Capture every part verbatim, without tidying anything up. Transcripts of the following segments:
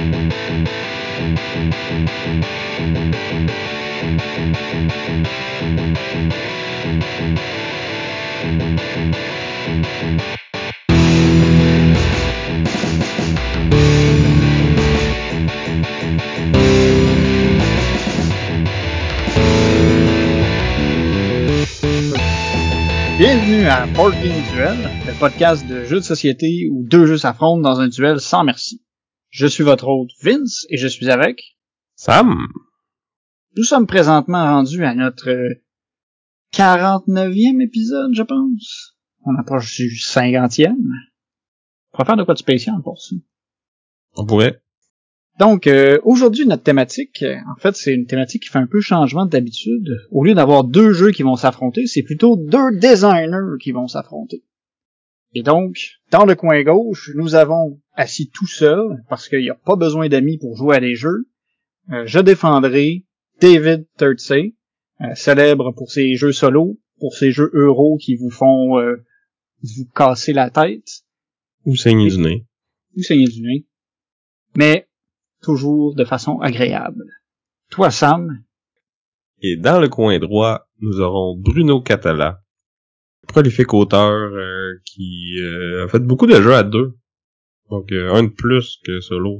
Bienvenue à Board Game Duel, le podcast de jeux de société où deux jeux s'affrontent dans un duel sans merci. Je suis votre hôte Vince et je suis avec Sam. Nous sommes présentement rendus à notre quarante-neuvième épisode, je pense. On approche du cinquantième. On pourrait faire de quoi de spécial pour ça. On pourrait. Donc, euh, aujourd'hui, notre thématique, en fait, c'est une thématique qui fait un peu changement d'habitude. Au lieu d'avoir deux jeux qui vont s'affronter, c'est plutôt deux designers qui vont s'affronter. Et donc, dans le coin gauche, nous avons assis tout seul, parce qu'il n'y a pas besoin d'amis pour jouer à des jeux. Euh, je défendrai David Turtsey, euh, célèbre pour ses jeux solo, pour ses jeux euro qui vous font euh, vous casser la tête. Ou saigner du nez. Ou saigner du nez. Mais toujours de façon agréable. Toi, Sam. Et dans le coin droit, nous aurons Bruno Catala, prolifique auteur euh, qui euh, a fait beaucoup de jeux à deux. Donc, euh, un de plus que solo,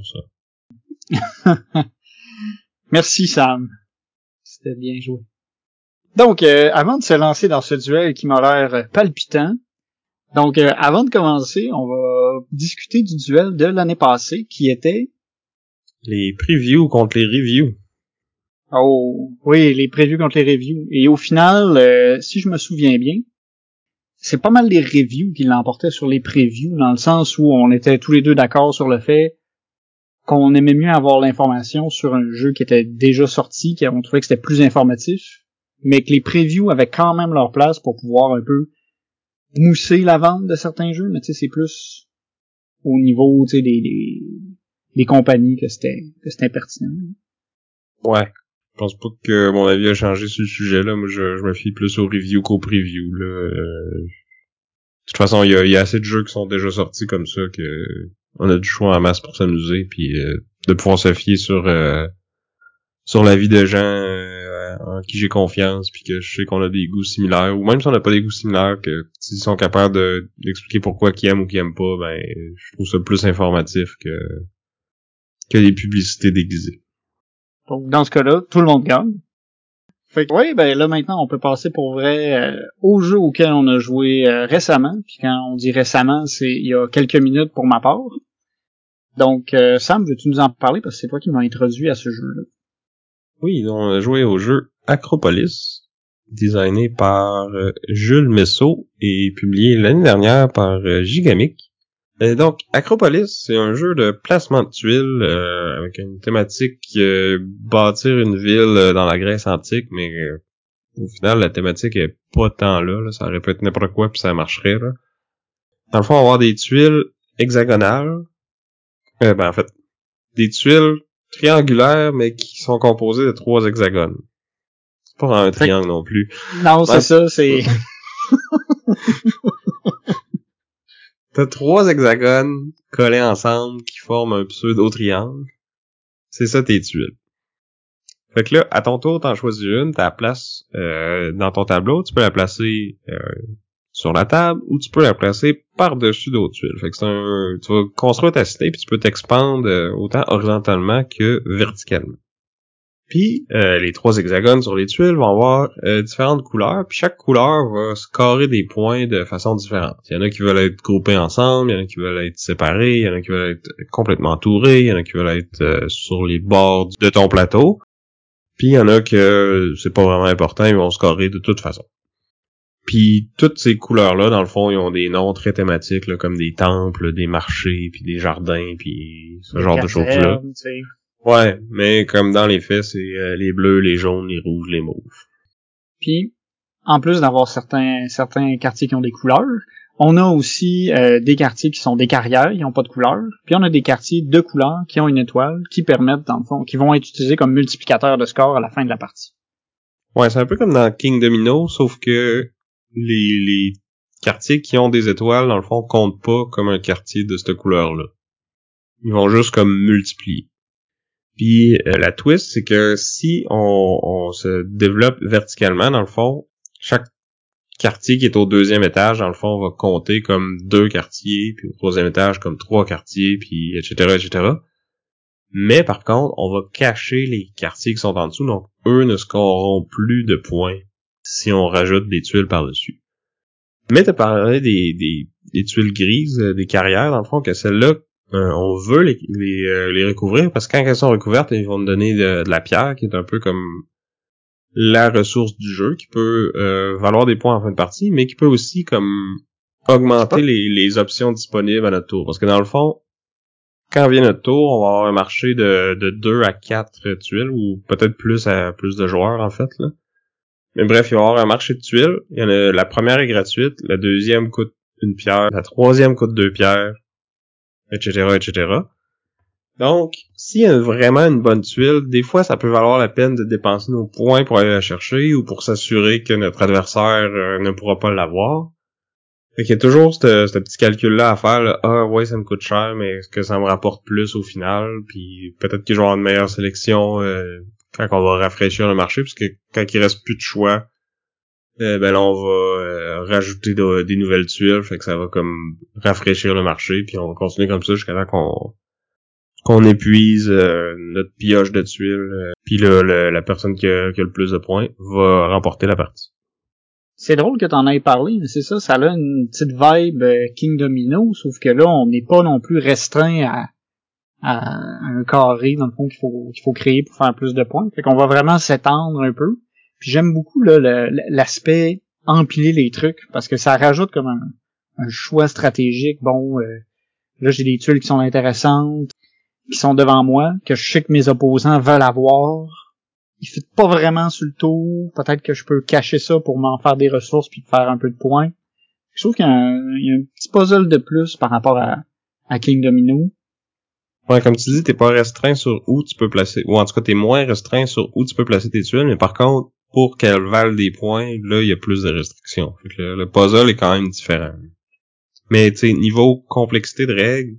ça. Merci, Sam. C'était bien joué. Donc, euh, avant de se lancer dans ce duel qui m'a l'air palpitant, donc, euh, avant de commencer, on va discuter du duel de l'année passée qui était... Les previews contre les reviews. Oh, oui, les previews contre les reviews. Et au final, euh, si je me souviens bien, c'est pas mal les reviews qui l'emportaient sur les previews, dans le sens où on était tous les deux d'accord sur le fait qu'on aimait mieux avoir l'information sur un jeu qui était déjà sorti, qu'on trouvait que c'était plus informatif, mais que les previews avaient quand même leur place pour pouvoir un peu mousser la vente de certains jeux, mais tu sais, c'est plus au niveau, tu sais, des, des, des compagnies que c'était, que c'était pertinent. Ouais. Je pense pas que mon avis a changé sur le sujet, là. Moi, je, je me fie plus aux reviews qu'aux previews, là. Euh, de toute façon, il y a, y a assez de jeux qui sont déjà sortis comme ça que on a du choix en masse pour s'amuser, puis euh, de pouvoir se fier sur euh, sur l'avis de gens euh, en qui j'ai confiance, puis que je sais qu'on a des goûts similaires, ou même si on n'a pas des goûts similaires, que s'ils sont capables de d'expliquer pourquoi qu'ils aiment ou qu'ils aiment pas, ben je trouve ça plus informatif que que des publicités déguisées. Donc, dans ce cas-là, tout le monde gagne. Fait que, oui, ben là, maintenant, on peut passer pour vrai euh, au jeu auquel on a joué euh, récemment. Puis quand on dit récemment, c'est il y a quelques minutes pour ma part. Donc, euh, Sam, veux-tu nous en parler? Parce que c'est toi qui m'as introduit à ce jeu-là. Oui, on a joué au jeu Acropolis, designé par euh, Jules Messot et publié l'année dernière par euh, Gigamic. Et donc, Acropolis, c'est un jeu de placement de tuiles euh, avec une thématique euh, bâtir une ville euh, dans la Grèce antique, mais euh, au final, la thématique est pas tant là, là. Ça aurait pu être n'importe quoi puis ça marcherait, là. Dans le fond, on va avoir des tuiles hexagonales. Euh, ben, en fait, des tuiles triangulaires, mais qui sont composées de trois hexagones. C'est pas un triangle fait... non plus. Non, c'est ben, ça, c'est... T'as trois hexagones collés ensemble qui forment un pseudo-triangle. C'est ça tes tuiles. Fait que là, à ton tour, t'en choisis une, t'as la place euh, dans ton tableau, tu peux la placer euh, sur la table ou tu peux la placer par-dessus d'autres tuiles. Fait que c'est un, tu vas construire ta cité puis tu peux t'expandre euh, autant horizontalement que verticalement. Puis euh, les trois hexagones sur les tuiles vont avoir euh, différentes couleurs, puis chaque couleur va se carrer des points de façon différente. Il y en a qui veulent être groupés ensemble, il y en a qui veulent être séparés, il y en a qui veulent être complètement entourés, il y en a qui veulent être euh, sur les bords de ton plateau. Puis il y en a que c'est pas vraiment important, ils vont se carrer de toute façon. Puis toutes ces couleurs-là, dans le fond, ils ont des noms très thématiques, là, comme des temples, des marchés, puis des jardins, puis ce genre de choses-là. Ouais, mais comme dans les faits, c'est euh, les bleus, les jaunes, les rouges, les mauves. Puis, en plus d'avoir certains certains quartiers qui ont des couleurs, on a aussi euh, des quartiers qui sont des carrières, qui n'ont pas de couleurs. Puis on a des quartiers de couleurs qui ont une étoile, qui permettent, dans le fond, qui vont être utilisés comme multiplicateurs de score à la fin de la partie. Ouais, c'est un peu comme dans King Domino, sauf que les, les quartiers qui ont des étoiles, dans le fond, comptent pas comme un quartier de cette couleur-là. Ils vont juste comme multiplier. Puis euh, la twist, c'est que si on, on se développe verticalement, dans le fond, chaque quartier qui est au deuxième étage, dans le fond, va compter comme deux quartiers, puis au troisième étage comme trois quartiers, puis et cetera, et cetera. Mais par contre, on va cacher les quartiers qui sont en dessous, donc eux ne scoreront plus de points si on rajoute des tuiles par-dessus. Mais t'as parlé des, des, des tuiles grises, euh, des carrières, dans le fond, que celles-là, euh, on veut les, les, euh, les recouvrir, parce que quand elles sont recouvertes, ils vont nous donner de, de la pierre, qui est un peu comme la ressource du jeu, qui peut euh, valoir des points en fin de partie, mais qui peut aussi comme augmenter les, les options disponibles à notre tour. Parce que dans le fond, quand vient notre tour, on va avoir un marché de, de deux à quatre tuiles, ou peut-être plus à plus de joueurs, en fait, là. Mais bref, il va y avoir un marché de tuiles. Il y en a, la première est gratuite, la deuxième coûte une pierre, la troisième coûte deux pierres, et cetera, et cetera. Donc, s'il y a vraiment une bonne tuile, des fois, ça peut valoir la peine de dépenser nos points pour aller la chercher ou pour s'assurer que notre adversaire euh, ne pourra pas l'avoir. Fait qu'il y a toujours ce, ce petit calcul-là à faire, là. Ah ouais, ça me coûte cher, mais est-ce que ça me rapporte plus au final? Puis peut-être que je vais avoir une meilleure sélection euh, quand on va rafraîchir le marché, parce que quand il reste plus de choix, euh, ben là on va euh, rajouter de, des nouvelles tuiles, fait que ça va comme rafraîchir le marché, puis on va continuer comme ça jusqu'à temps qu'on qu'on épuise euh, notre pioche de tuiles, euh, puis là le, la personne qui a, qui a le plus de points va remporter la partie. C'est drôle que t'en aies parlé, mais c'est ça, ça a une petite vibe euh, King Domino, sauf que là, on n'est pas non plus restreint à, à un carré, dans le fond, qu'il faut qu'il faut créer pour faire plus de points. Fait qu'on va vraiment s'étendre un peu. Puis j'aime beaucoup là le, l'aspect empiler les trucs, parce que ça rajoute comme un, un choix stratégique. Bon, euh, là, j'ai des tuiles qui sont intéressantes, qui sont devant moi, que je sais que mes opposants veulent avoir. Il fit pas vraiment sur le tour. Peut-être que je peux cacher ça pour m'en faire des ressources puis faire un peu de points. Je trouve qu'il y a un, il y a un petit puzzle de plus par rapport à, à King Domino. Ouais, comme tu dis, t'es pas restreint sur où tu peux placer, ou en tout cas t'es moins restreint sur où tu peux placer tes tuiles, mais par contre, pour qu'elles valent des points, là, il y a plus de restrictions. Fait que le, le puzzle est quand même différent. Mais tu sais, niveau complexité de règles,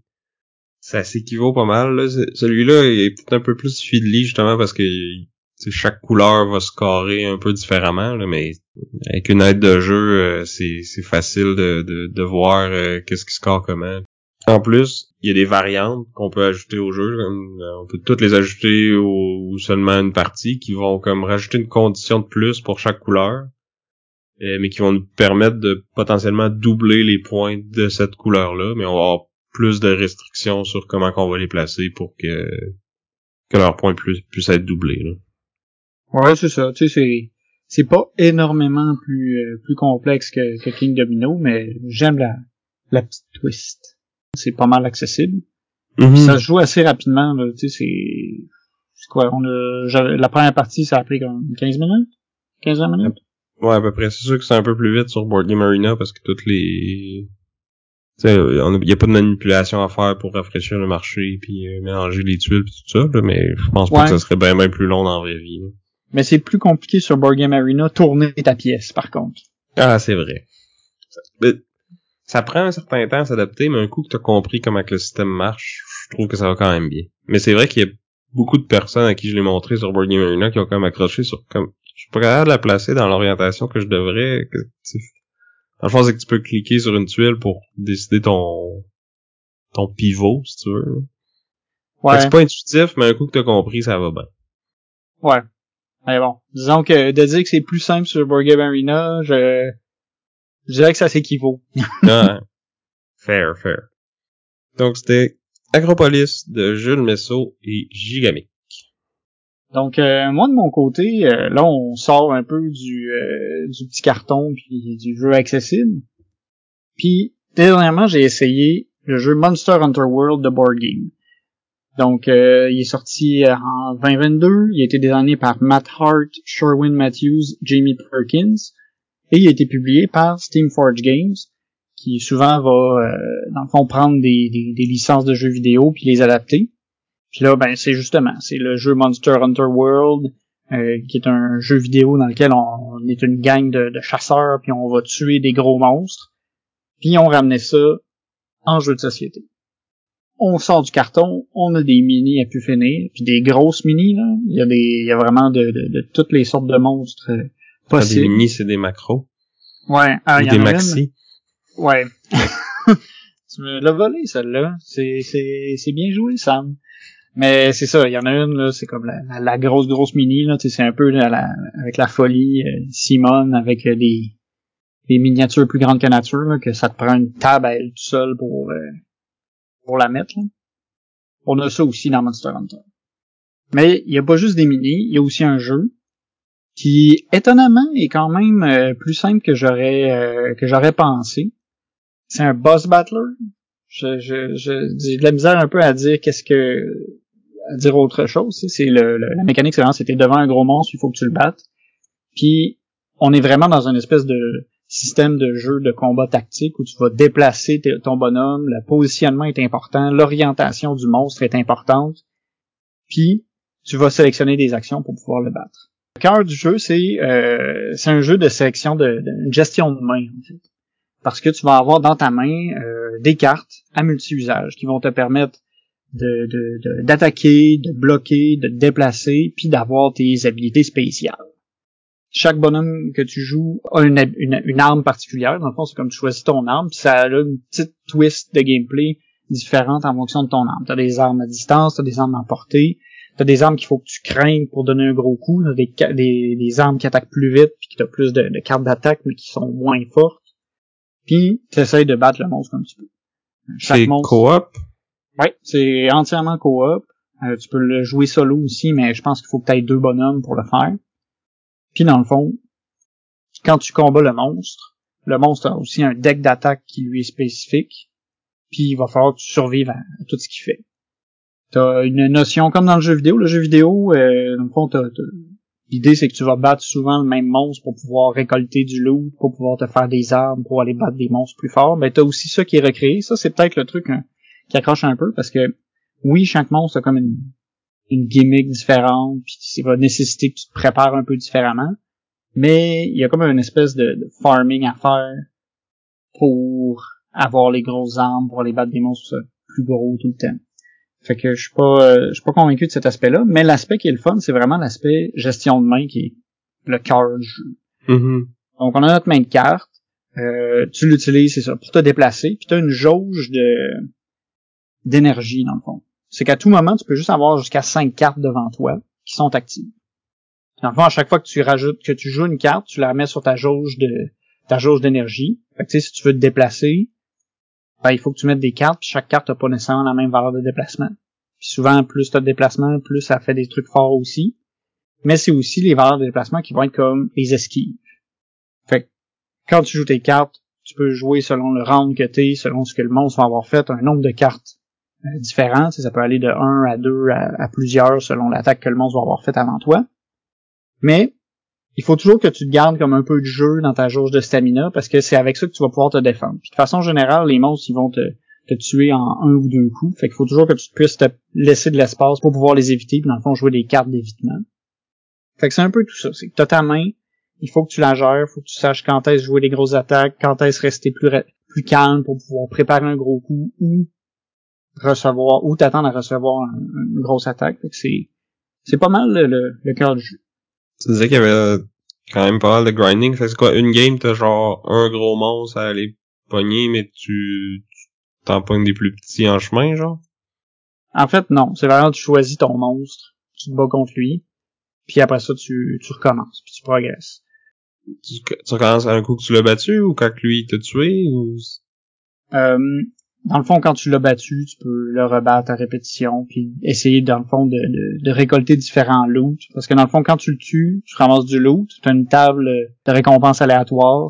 ça s'équivaut pas mal. Là. Celui-là est peut-être un peu plus fiddly, justement, parce que chaque couleur va scorer un peu différemment, là, mais avec une aide de jeu, euh, c'est, c'est facile de, de, de voir euh, qu'est-ce qui score comment. En plus, il y a des variantes qu'on peut ajouter au jeu. Comme, euh, on peut toutes les ajouter au, ou seulement une partie, qui vont comme rajouter une condition de plus pour chaque couleur, euh, mais qui vont nous permettre de potentiellement doubler les points de cette couleur-là, mais on va avoir plus de restrictions sur comment qu'on va les placer pour que que leurs points puissent, puissent être doublés. Là. Ouais, c'est ça. Tu sais, c'est c'est pas énormément plus euh, plus complexe que, que King Domino, mais j'aime la la petite twist. C'est pas mal accessible. Mm-hmm. Ça se joue assez rapidement. Là, tu sais, c'est c'est quoi on a j'avais, la première partie ça a pris comme quinze minutes, quinze minutes. Ouais, à peu près. C'est sûr que c'est un peu plus vite sur Board Game Arena parce que toutes les tu sais, il y a pas de manipulation à faire pour rafraîchir le marché puis euh, mélanger les tuiles pis tout ça, là, mais je pense pas ouais. que ça serait bien bien plus long dans la vraie vie. Là. Mais c'est plus compliqué sur Board Game Arena tourner ta pièce, par contre. Ah, c'est vrai. Ça, mais, ça prend un certain temps à s'adapter, mais un coup que t'as compris comment que le système marche, je trouve que ça va quand même bien. Mais c'est vrai qu'il y a beaucoup de personnes à qui je l'ai montré sur Board Game Arena qui ont quand même accroché sur comme je suis pas capable de la placer dans l'orientation que je devrais. Que, dans le fond, c'est que tu peux cliquer sur une tuile pour décider ton ton pivot, si tu veux. Ouais. C'est pas intuitif, mais un coup que t'as compris, ça va bien. Ouais. Mais bon, disons que de dire que c'est plus simple sur Board Game Arena, je, je dirais que ça s'équivaut. Ah, fair, fair. Donc c'était Acropolis de Jules Messot et Gigamic. Donc euh, moi de mon côté, euh, là on sort un peu du euh, du petit carton puis du jeu accessible. Puis dernièrement j'ai essayé le jeu Monster Hunter World de Board Game. Donc euh, il est sorti en vingt vingt-deux, il a été designé par Matt Hart, Sherwin Matthews, Jamie Perkins et il a été publié par Steamforge Games qui souvent va euh, dans le fond prendre des, des, des licences de jeux vidéo puis les adapter. Puis là, ben c'est justement, c'est le jeu Monster Hunter World, euh, qui est un jeu vidéo dans lequel on, on est une gang de, de chasseurs, puis on va tuer des gros monstres. Puis on ramenait ça en jeu de société. on sort du carton, on a des mini à pu finir, puis des grosses mini, là. Il y a des, il y a vraiment de, de, de toutes les sortes de monstres euh, possibles. Des mini, c'est des macros. Ouais. Ah, Ou il y des en a maxi. Une. Ouais. Tu me l'as volé, celle-là. C'est, c'est, c'est bien joué, Sam. Mais c'est ça, il y en a une, là, c'est comme la, la, la grosse, grosse mini, là, tu sais, c'est un peu la, la, avec la folie, euh, Simone, avec euh, des, des miniatures plus grandes que nature, là, que ça te prend une table à elle tout seul pour, euh, pour la mettre, là. On a ça aussi dans Monster Hunter. Mais il y a pas juste des mini, il y a aussi un jeu qui, étonnamment, est quand même euh, plus simple que j'aurais euh, que j'aurais pensé. C'est un boss battler. Je, je, je, j'ai de la misère un peu à dire qu'est-ce que à dire autre chose. C'est le, le la mécanique, c'est vraiment c'était devant un gros monstre, il faut que tu le battes. Puis on est vraiment dans une espèce de système de jeu de combat tactique où tu vas déplacer ton bonhomme, le positionnement est important, l'orientation du monstre est importante, puis tu vas sélectionner des actions pour pouvoir le battre. Le cœur du jeu, c'est euh, c'est un jeu de sélection de, de une gestion de main, en fait. Parce que tu vas avoir dans ta main euh, des cartes à multi-usage qui vont te permettre de, de, de d'attaquer, de bloquer, de te déplacer, puis d'avoir tes habilités spéciales. Chaque bonhomme que tu joues a une, une, une arme particulière. Dans le fond, c'est comme tu choisis ton arme, puis ça a une petite twist de gameplay différente en fonction de ton arme. T'as des armes à distance, t'as des armes à portée, t'as des armes qu'il faut que tu craignes pour donner un gros coup, t'as des, des, des armes qui attaquent plus vite, puis qui t'as plus de, de cartes d'attaque, mais qui sont moins fortes. Puis t'essayes de battre le monstre comme tu peux. Chaque c'est monstre, coop? Oui, c'est entièrement coop. Euh, tu peux le jouer solo aussi, mais je pense qu'il faut que tu aies deux bonhommes pour le faire. Puis dans le fond, quand tu combats le monstre, le monstre a aussi un deck d'attaque qui lui est spécifique, puis il va falloir que tu survives à, à tout ce qu'il fait. T'as une notion comme dans le jeu vidéo. Le jeu vidéo, euh, dans le fond, t'as, t'as... l'idée c'est que tu vas battre souvent le même monstre pour pouvoir récolter du loot, pour pouvoir te faire des armes, pour aller battre des monstres plus forts. Mais t'as aussi ça qui est recréé. Ça, c'est peut-être le truc hein, qui accroche un peu, parce que oui, chaque monstre a comme une une gimmick différente, puis ça va nécessiter que tu te prépares un peu différemment, mais il y a comme une espèce de, de farming à faire pour avoir les grosses armes, pour aller battre des monstres plus gros tout le temps. Fait que je suis pas euh, je suis pas convaincu de cet aspect-là, mais l'aspect qui est le fun, c'est vraiment l'aspect gestion de main qui est le cœur du jeu. Mm-hmm. Donc on a notre main de carte, euh, tu l'utilises, c'est ça, pour te déplacer, puis tu as une jauge de d'énergie dans le fond. C'est qu'à tout moment, tu peux juste avoir jusqu'à cinq cartes devant toi qui sont actives. Dans le fond, à chaque fois que tu rajoutes, que tu joues une carte, tu la remets sur ta jauge de, ta jauge d'énergie. Fait que tu sais, si tu veux te déplacer, ben, il faut que tu mettes des cartes, puis chaque carte n'a pas nécessairement la même valeur de déplacement. Puis souvent, plus tu as de déplacement, plus ça fait des trucs forts aussi. Mais c'est aussi les valeurs de déplacement qui vont être comme les esquives. Fait que, quand tu joues tes cartes, tu peux jouer selon le round que t'es, selon ce que le monstre va avoir fait, un nombre de cartes différents, ça peut aller de un à deux à, à plusieurs selon l'attaque que le monstre va avoir faite avant toi. Mais il faut toujours que tu te gardes comme un peu de jeu dans ta jauge de stamina parce que c'est avec ça que tu vas pouvoir te défendre. Puis de façon générale, les monstres ils vont te, te tuer en un ou deux coups. Fait qu'il faut toujours que tu puisses te laisser de l'espace pour pouvoir les éviter, puis dans le fond jouer des cartes d'évitement. Fait que c'est un peu tout ça. C'est que t'as ta main, il faut que tu la gères, il faut que tu saches quand est-ce jouer des grosses attaques, quand est-ce rester plus, plus calme pour pouvoir préparer un gros coup ou recevoir ou t'attendre à recevoir un, une grosse attaque. Fait que c'est c'est pas mal le, le, le cœur du jeu. Tu disais qu'il y avait quand même pas mal de grinding. Fait que c'est quoi, une game, t'as genre un gros monstre à aller pogner, mais tu, tu t'en pognes des plus petits en chemin, genre? En fait, non. C'est vraiment tu choisis ton monstre, tu te bats contre lui, puis après ça, tu, tu recommences, puis tu progresses. Tu, tu recommences à un coup que tu l'as battu, ou quand lui t'a tué, ou... Euh, dans le fond, quand tu l'as battu, tu peux le rebattre à répétition, puis essayer, dans le fond, de, de, de récolter différents loots. Parce que dans le fond, quand tu le tues, tu ramasses du loot, tu as une table de récompenses aléatoires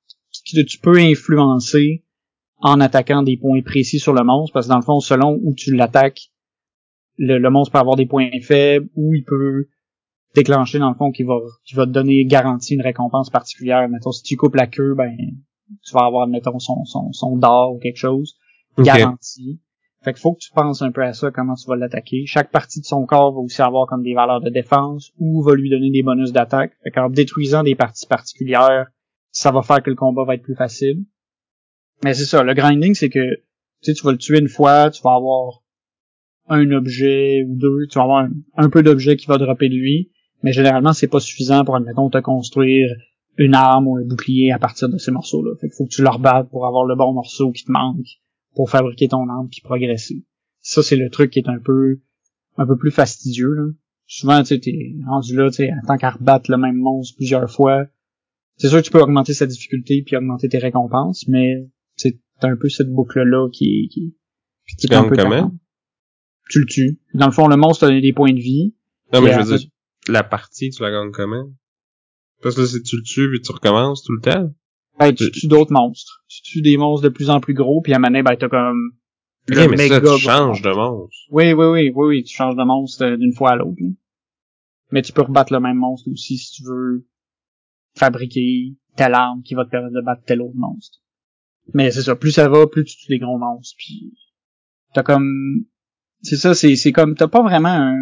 que tu peux influencer en attaquant des points précis sur le monstre, parce que dans le fond, selon où tu l'attaques, le, le monstre peut avoir des points faibles, ou il peut déclencher, dans le fond, qui va, qui va te donner garantie une récompense particulière. Mettons, si tu coupes la queue, ben, tu vas avoir, mettons, son, son, son d'or ou quelque chose. Okay. Garantie. Fait qu'il faut que tu penses un peu à ça, comment tu vas l'attaquer. Chaque partie de son corps va aussi avoir comme des valeurs de défense ou va lui donner des bonus d'attaque. Fait qu'en détruisant des parties particulières, ça va faire que le combat va être plus facile. Mais c'est ça, le grinding, c'est que Tu sais, tu vas le tuer une fois, tu vas avoir un objet ou deux, tu vas avoir un, un peu d'objet qui va dropper de lui, mais généralement, c'est pas suffisant pour, admettons, te construire une arme ou un bouclier à partir de ces morceaux-là. Fait qu'il faut que tu le rebattes pour avoir le bon morceau qui te manque pour fabriquer ton arme puis progresser. Ça, c'est le truc qui est un peu un peu plus fastidieux, là. Souvent, tu sais, t'es rendu là, tu sais, en tant qu'à rebattre le même monstre plusieurs fois. C'est sûr que tu peux augmenter sa difficulté puis augmenter tes récompenses, mais c'est un peu cette boucle-là qui, qui, qui est un peu comment? Tu le tues. Dans le fond, le monstre a des points de vie. Non, mais je veux dire, la partie, tu la gagnes comment? Parce que là, c'est tu le tues puis tu recommences tout le temps? Ben, tu tues d'autres monstres. Tu tues des monstres de plus en plus gros, puis à un moment donné, ben, t'as comme le okay, mais méga ça, tu changes de monstre. Oui, oui, oui, oui, oui, tu changes de monstre d'une fois à l'autre. Hein. Mais tu peux rebattre le même monstre aussi si tu veux fabriquer telle arme qui va te permettre de battre tel autre monstre. Mais c'est ça, plus ça va, plus tu tues des gros monstres, puis t'as comme... C'est ça, c'est c'est comme... T'as pas vraiment un...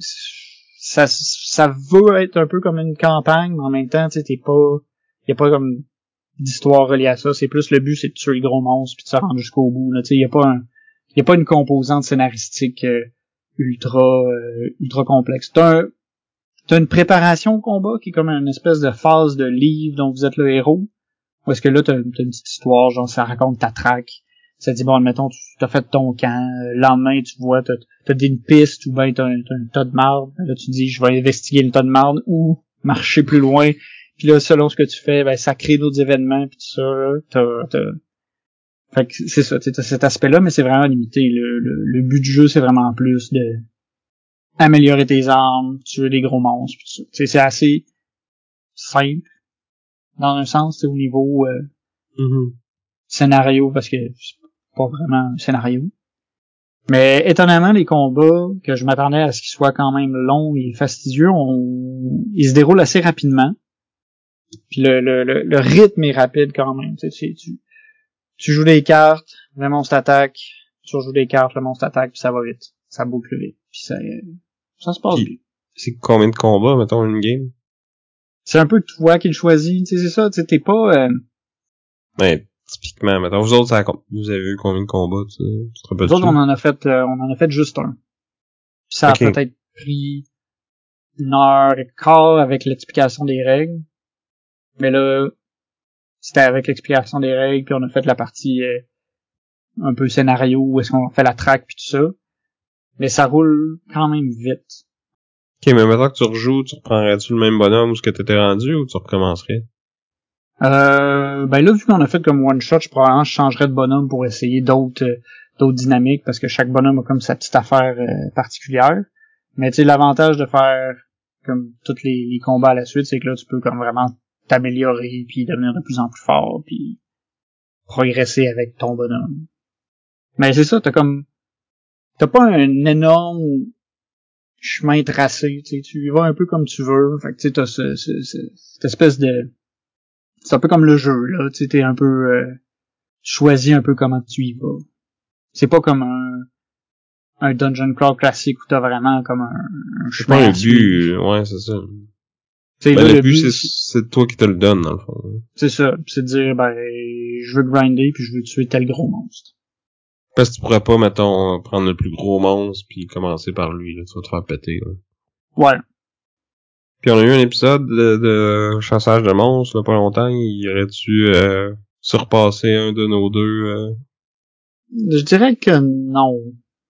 Ça ça veut être un peu comme une campagne, mais en même temps, tu sais, t'es pas... Y a pas comme d'histoire reliée à ça, c'est plus le but, c'est de tuer les gros monstres puis de se rendre jusqu'au bout, là, tu sais, y a pas un... Y a pas une composante scénaristique euh, ultra euh, ultra complexe. T'as un... T'as une préparation au combat qui est comme une espèce de phase de livre dont vous êtes le héros. Parce que là, t'as, t'as une petite histoire, genre ça raconte ta traque. Ça dit, bon, admettons, tu t'as fait ton camp, le lendemain, tu vois, t'as, t'as une piste ou ben t'as un, t'as un tas de marde. Là, tu dis, je vais investiguer le tas de marde ou marcher plus loin. Puis là, selon ce que tu fais, ben ça crée d'autres événements puis tout ça. Là, t'as, t'as... Fait que c'est ça, t'as cet aspect-là, mais c'est vraiment limité. Le, le, le but du jeu, c'est vraiment plus de améliorer tes armes, tuer des gros monstres pis tout ça. T'sais, c'est assez simple dans un sens, au niveau euh, mm-hmm. scénario, parce que c'est pas vraiment un scénario. Mais étonnamment, les combats, que je m'attendais à ce qu'ils soient quand même longs et fastidieux, on... ils se déroulent assez rapidement. Puis le, le, le, le rythme est rapide quand même. Tu, tu, tu joues des cartes, le monstre attaque, tu rejoues des cartes, le monstre attaque, puis ça va vite. Ça boucle vite. Puis ça... Ça se passe Puis, bien. C'est combien de combats, mettons, une game? C'est un peu toi qui le choisis, tu sais, c'est ça, tu sais, t'es pas... Euh... Ouais, typiquement, mettons, vous autres, ça a... vous avez eu combien de combats, tu, tu te rappelles? Nous autres, on en a fait, euh, on en a fait juste un. Puis ça okay. a peut-être pris une heure et quart avec l'explication des règles. Mais là, c'était avec l'explication des règles, puis on a fait la partie euh, un peu scénario, où est-ce qu'on fait la track, puis tout ça. Mais ça roule quand même vite. Ok, mais maintenant que tu rejoues, tu reprendrais-tu le même bonhomme où ce que t'étais rendu ou tu recommencerais? Euh, ben là, vu qu'on a fait comme one shot, je probablement je changerais de bonhomme pour essayer d'autres euh, d'autres dynamiques, parce que chaque bonhomme a comme sa petite affaire euh, particulière. Mais tu sais, l'avantage de faire comme tous les, les combats à la suite, c'est que là, tu peux comme vraiment t'améliorer, puis devenir de plus en plus fort, puis progresser avec ton bonhomme. Mais c'est ça, t'as comme... T'as pas un énorme chemin tracé, tu sais, tu y vas un peu comme tu veux. Fait que tu sais, t'as ce, ce, ce, cette espèce de... C'est un peu comme le jeu, là, tu sais, t'es un peu... Euh, choisis un peu comment tu y vas. C'est pas comme un... un dungeon crawl classique où t'as vraiment comme un, un chemin à suivre. C'est pas un but, ouais, c'est ça. Ben, là, le, le but, but c'est, c'est... c'est toi qui te le donne, dans le fond. C'est ça, c'est de dire, ben, je veux grinder puis je veux tuer tel gros monstre. Parce que tu pourrais pas, mettons, prendre le plus gros monstre puis commencer par lui, là, tu vas te faire péter, là. Ouais. Puis on a eu un épisode de, de chassage de monstres, là, pas longtemps, il aurait-tu euh, surpassé un de nos deux... Euh... Je dirais que non.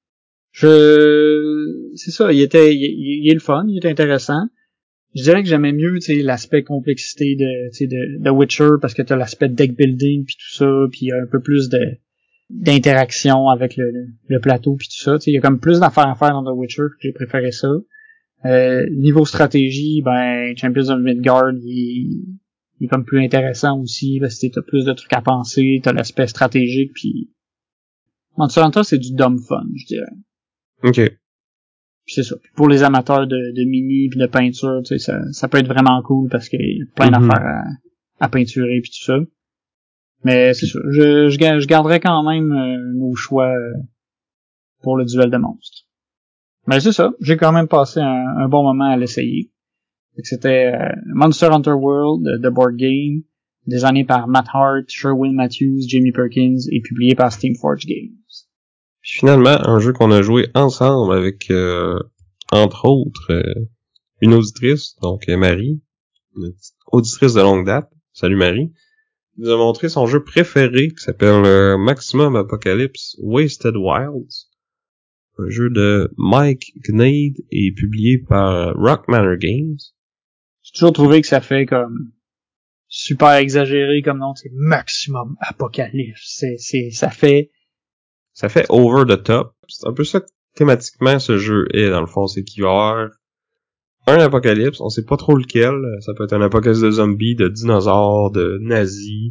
Je... C'est ça, il était... Il, il, il est le fun, il est intéressant. Je dirais que j'aimais mieux, tu sais, l'aspect complexité de, tu sais, de, de Witcher, parce que t'as l'aspect deck building puis tout ça, puis il y a un peu plus de d'interaction avec le, le, le plateau puis tout ça. Tu sais, il y a comme plus d'affaires à faire dans The Witcher, j'ai préféré ça. Euh, niveau stratégie, ben, Champions of Midgard, il, il est comme plus intéressant aussi, parce que t'as plus de trucs à penser, t'as l'aspect stratégique, puis Monster Hunter, c'est du dumb fun, je dirais. Ok. Puis c'est ça. Puis pour les amateurs de, de mini puis de peinture, tu sais, ça, ça peut être vraiment cool parce qu'il y a plein mm-hmm. d'affaires à, à peinturer puis tout ça. Mais c'est ça. Je, je, je garderai quand même euh, nos choix euh, pour le duel de monstres. Mais c'est ça. J'ai quand même passé un, un bon moment à l'essayer. C'était euh, Monster Hunter World, The Board Game. Designé par Matt Hart, Sherwin Matthews, Jamie Perkins et publié par Steamforge Games. Puis finalement, un jeu qu'on a joué ensemble avec, euh, entre autres, euh, une auditrice, donc euh, Marie, une auditrice de longue date. Salut Marie. Il nous a montré son jeu préféré qui s'appelle euh, Maximum Apocalypse Wasted Wilds. Un jeu de Mike Gnade et publié par Rock Manor Games. J'ai toujours trouvé que ça fait comme super exagéré comme nom, c'est Maximum Apocalypse. C'est, c'est, ça fait... Ça fait over the top. C'est un peu ça que thématiquement ce jeu est dans le fond, c'est qu'il va y avoir un apocalypse, on sait pas trop lequel. Ça peut être un apocalypse de zombies, de dinosaures, de nazis,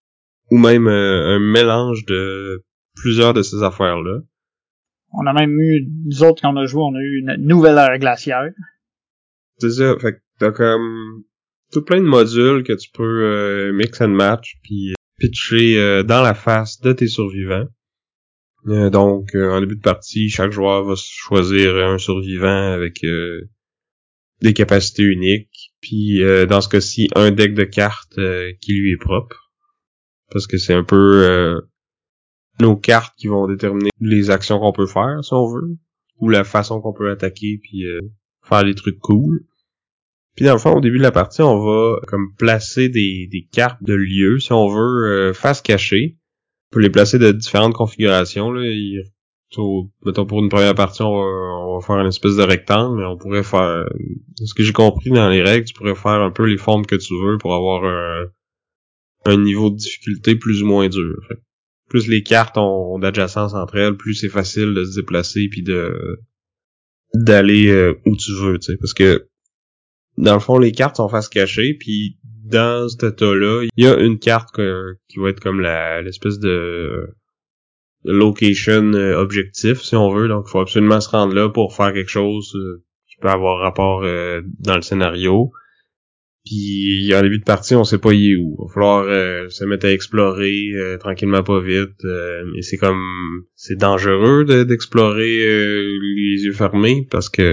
ou même euh, un mélange de plusieurs de ces affaires-là. On a même eu, nous autres, quand on a joué, on a eu une nouvelle ère glaciaire. C'est ça, fait que t'as comme tout plein de modules que tu peux euh, mix and match, puis pitcher euh, dans la face de tes survivants. Euh, donc, euh, en début de partie, chaque joueur va choisir un survivant avec euh, des capacités uniques, puis euh, dans ce cas-ci, un deck de cartes euh, qui lui est propre. Parce que c'est un peu euh, nos cartes qui vont déterminer les actions qu'on peut faire, si on veut, ou la façon qu'on peut attaquer, puis euh, faire des trucs cool. Puis dans le fond, au début de la partie, on va comme placer des, des cartes de lieux, si on veut, euh, face cachée. On peut les placer de différentes configurations. Là. Il, tout, mettons pour une première partie, on va, on va faire une espèce de rectangle, mais on pourrait faire... Ce que j'ai compris dans les règles, tu pourrais faire un peu les formes que tu veux pour avoir un, un niveau de difficulté plus ou moins dur. Fait. Plus les cartes ont, ont d'adjacence entre elles, plus c'est facile de se déplacer puis de d'aller euh, où tu veux, tu sais. Parce que dans le fond, les cartes sont face cachée, puis dans cet état-là, il y a une carte que, qui va être comme la l'espèce de, de location euh, objectif, si on veut. Donc, il faut absolument se rendre là pour faire quelque chose euh, qui peut avoir rapport euh, dans le scénario. Puis, en début de partie, on sait pas y est où. Il va falloir euh, se mettre à explorer euh, tranquillement, pas vite. Euh, et c'est comme... C'est dangereux de, d'explorer euh, les yeux fermés, parce que...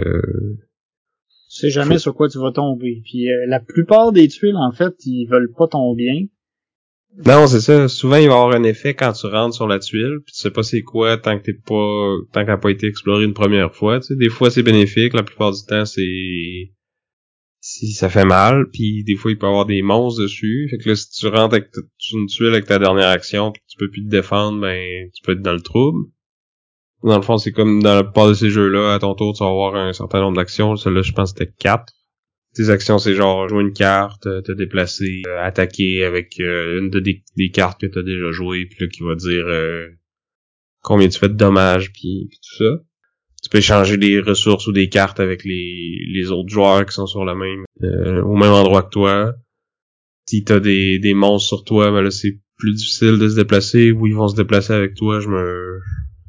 Tu sais jamais sur quoi tu vas tomber. Puis euh, la plupart des tuiles, en fait, ils veulent pas ton bien. Non, c'est ça. Souvent, il va y avoir un effet quand tu rentres sur la tuile, puis tu sais pas c'est quoi tant que t'es pas, tant qu'elle n'a pas été explorée une première fois. Tu sais, des fois c'est bénéfique, la plupart du temps c'est, si ça fait mal, puis des fois il peut y avoir des monstres dessus. Fait que là, si tu rentres avec t- sur une tuile avec ta dernière action, puis que tu peux plus te défendre, ben tu peux être dans le trouble. Dans le fond, c'est comme dans la plupart de ces jeux-là, à ton tour, tu vas avoir un certain nombre d'actions. Celui-là, je pense que c'était quatre. Tes actions, c'est genre jouer une carte, te déplacer, euh, attaquer avec euh, une de des, des cartes que t'as déjà jouées, puis là qui va dire euh, combien tu fais de dommages, puis, puis tout ça. Tu peux échanger des ressources ou des cartes avec les les autres joueurs qui sont sur la même euh, au même endroit que toi. Si t'as des des monstres sur toi, ben là c'est plus difficile de se déplacer, ou ils vont se déplacer avec toi. Je me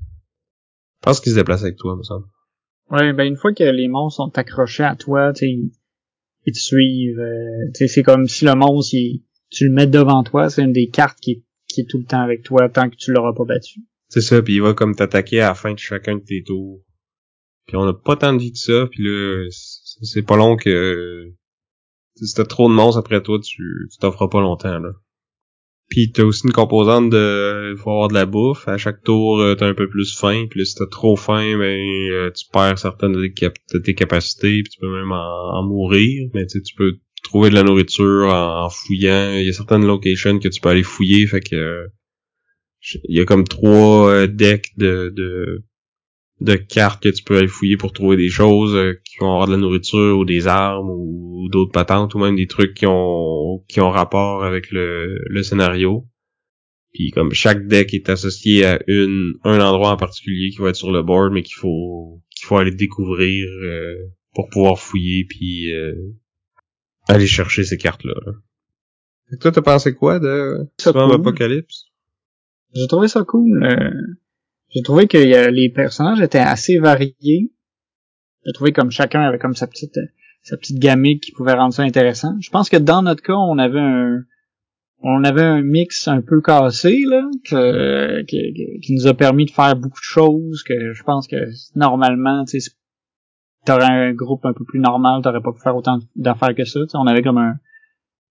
je pense qu'ils se déplacent avec toi, me semble. Ouais, ben une fois que les monstres sont accrochés à toi, tu sais, ils te suivent. Euh, tu sais, c'est comme si le monstre, il, tu le mets devant toi, c'est une des cartes qui est, qui est tout le temps avec toi tant que tu l'auras pas battu. C'est ça, puis il va comme t'attaquer à la fin de chacun de tes tours. Puis on a pas tant de vie que ça, puis là, c'est, c'est pas long que... Si t'as trop de monstres après toi, tu, tu t'offres pas longtemps, là. Puis t'as aussi une composante de... Il faut avoir de la bouffe. À chaque tour, euh, t'as un peu plus faim, puis là, si t'as trop faim, ben euh, tu perds certaines de tes, cap- de tes capacités, puis tu peux même en, en mourir. Mais tu sais, tu peux trouver de la nourriture en, en fouillant. Il y a certaines locations que tu peux aller fouiller, fait que... Euh, il y a comme trois euh, decks de... de de cartes que tu peux aller fouiller pour trouver des choses euh, qui vont avoir de la nourriture ou des armes ou, ou d'autres patentes ou même des trucs qui ont qui ont rapport avec le, le scénario. Puis comme chaque deck est associé à une un endroit en particulier qui va être sur le board, mais qu'il faut qu'il faut aller découvrir euh, pour pouvoir fouiller puis euh, aller chercher ces cartes-là. Là. Fait que toi, t'as pensé quoi de Maximum Cool. Apocalypse? J'ai trouvé ça cool. Euh, j'ai trouvé que y a, les personnages étaient assez variés. J'ai trouvé comme chacun avait comme sa petite sa petite gamique qui pouvait rendre ça intéressant. Je pense que dans notre cas, on avait un on avait un mix un peu cassé là, que, qui, qui nous a permis de faire beaucoup de choses que je pense que normalement, tu sais, t'aurais un groupe un peu plus normal, t'aurais pas pu faire autant d'affaires que ça. T'sais, on avait comme un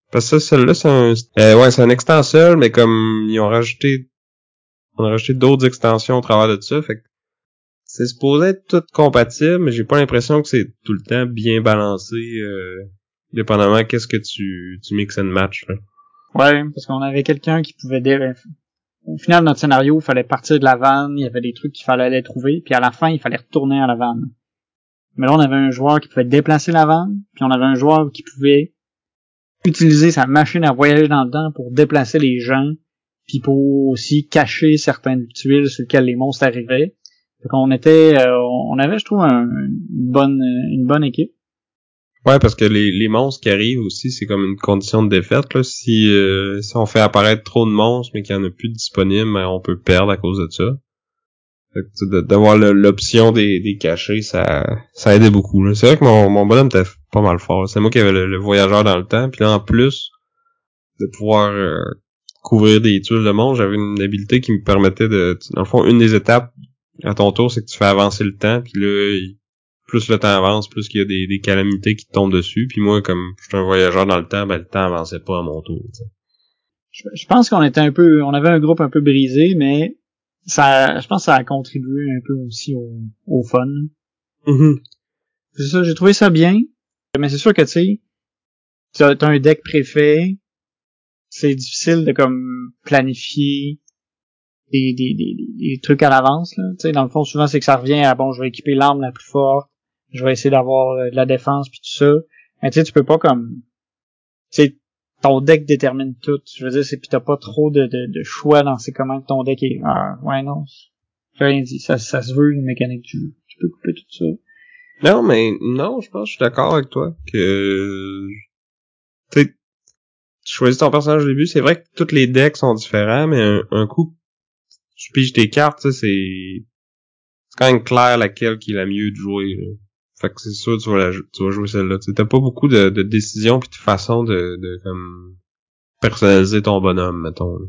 Parce que ça, celle-là, c'est un, euh, ouais, c'est un extenseur, mais comme ils ont rajouté, on a rajouté d'autres extensions au travers de ça, fait que c'est supposé être tout compatible, mais j'ai pas l'impression que c'est tout le temps bien balancé, euh, dépendamment qu'est-ce que tu, tu mix and match, là. Ouais, parce qu'on avait quelqu'un qui pouvait dé- au final, notre scénario, il fallait partir de la vanne, il y avait des trucs qu'il fallait aller trouver, puis à la fin, il fallait retourner à la vanne. Mais là, on avait un joueur qui pouvait déplacer la vanne, puis on avait un joueur qui pouvait utiliser sa machine à voyager dans le temps pour déplacer les gens, puis pour aussi cacher certaines tuiles sur lesquelles les monstres arrivaient. Donc on était, euh, on avait, je trouve, un, une bonne, une bonne équipe. Ouais, parce que les, les monstres qui arrivent aussi, c'est comme une condition de défaite, là. Si, euh, si on fait apparaître trop de monstres, mais qu'il y en a plus de disponibles, ben, on peut perdre à cause de ça. Fait que, de, d'avoir le, l'option des, des cachés, ça, ça aidait beaucoup, là. C'est vrai que mon, mon bonhomme était pas mal fort. C'est moi qui avais le, le voyageur dans le temps, puis là, en plus de pouvoir euh, couvrir des tuiles de monstres, j'avais une habilité qui me permettait de, dans le fond, une des étapes à ton tour, c'est que tu fais avancer le temps, puis là, il, plus le temps avance, plus qu'il y a des, des calamités qui te tombent dessus. Puis moi, comme je suis un voyageur dans le temps, ben le temps avançait pas à mon tour. Je, je pense qu'on était un peu, on avait un groupe un peu brisé, mais ça, je pense que ça a contribué un peu aussi au, au fun. Mm-hmm. C'est ça, j'ai trouvé ça bien. Mais c'est sûr que tu sais, t'as, t'as un deck préfet, c'est difficile de comme planifier des, des, des, des trucs à l'avance, là. Tu sais, dans le fond, souvent, c'est que ça revient à, bon, je vais équiper l'arme la plus forte, je vais essayer d'avoir euh, de la défense puis tout ça. Mais tu sais, tu peux pas comme, tu sais, ton deck détermine tout. Je veux dire, c'est pis t'as pas trop de, de, de choix dans c'est comment ton deck est. Ah, ouais, non. J'ai rien dit. Ça, ça se veut une mécanique du jeu. Tu peux couper tout ça. Non, mais non, je pense que je suis d'accord avec toi que tu sais, tu choisis ton personnage au début, c'est vrai que tous les decks sont différents, mais un, un coup tu piges tes cartes, tu sais, c'est c'est quand même clair laquelle qui est la mieux de jouer, là. Fait que c'est sûr tu vas la, tu vas jouer celle-là. Tu sais, t'as pas beaucoup de, de décisions puis de façons de, de comme personnaliser ton bonhomme, mettons.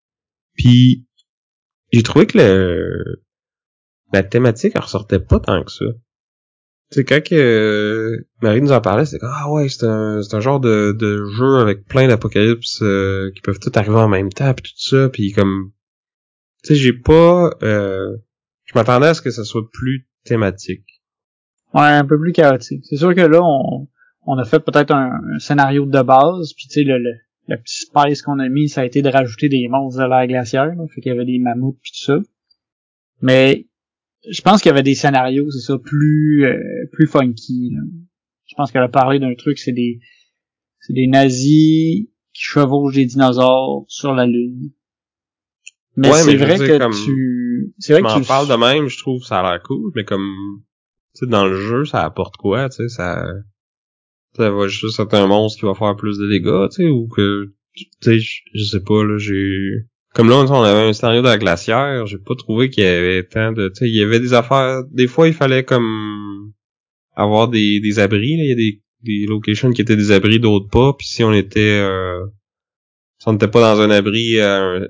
Puis j'ai trouvé que le la thématique elle ressortait pas tant que ça. Tu sais, quand que euh, Marie nous en parlait, c'est comme ah ouais, c'est un c'est un genre de, de jeu avec plein d'apocalypses euh, qui peuvent tout arriver en même temps puis tout ça, puis comme tu sais, j'ai pas euh, je m'attendais à ce que ça soit plus thématique. Ouais, un peu plus chaotique. C'est sûr que là, on, on a fait peut-être un, un scénario de base, puis tu sais, le, le, le petit spice qu'on a mis, ça a été de rajouter des monstres de l'air glaciaire, là. Fait qu'il y avait des mammouths puis tout ça. Mais je pense qu'il y avait des scénarios, c'est ça, plus euh, plus funky, là. Je pense qu'elle a parlé d'un truc, c'est des c'est des nazis qui chevauchent des dinosaures sur la Lune. Mais Ouais, c'est mais je veux vrai dire que comme tu c'est tu vrai que m'en tu parles de même, je trouve que ça a l'air cool, mais comme tu sais dans le jeu, ça apporte quoi, tu sais, ça ça va juste être un monstre qui va faire plus de dégâts, tu sais, ou que tu sais, je je sais pas là, j'ai comme là on avait un scénario de la glacière, j'ai pas trouvé qu'il y avait tant de tu sais, il y avait des affaires, des fois il fallait comme avoir des des abris, là, il y a des des locations qui étaient des abris, d'autres pas, puis si on était euh, si on n'était pas dans un abri à un,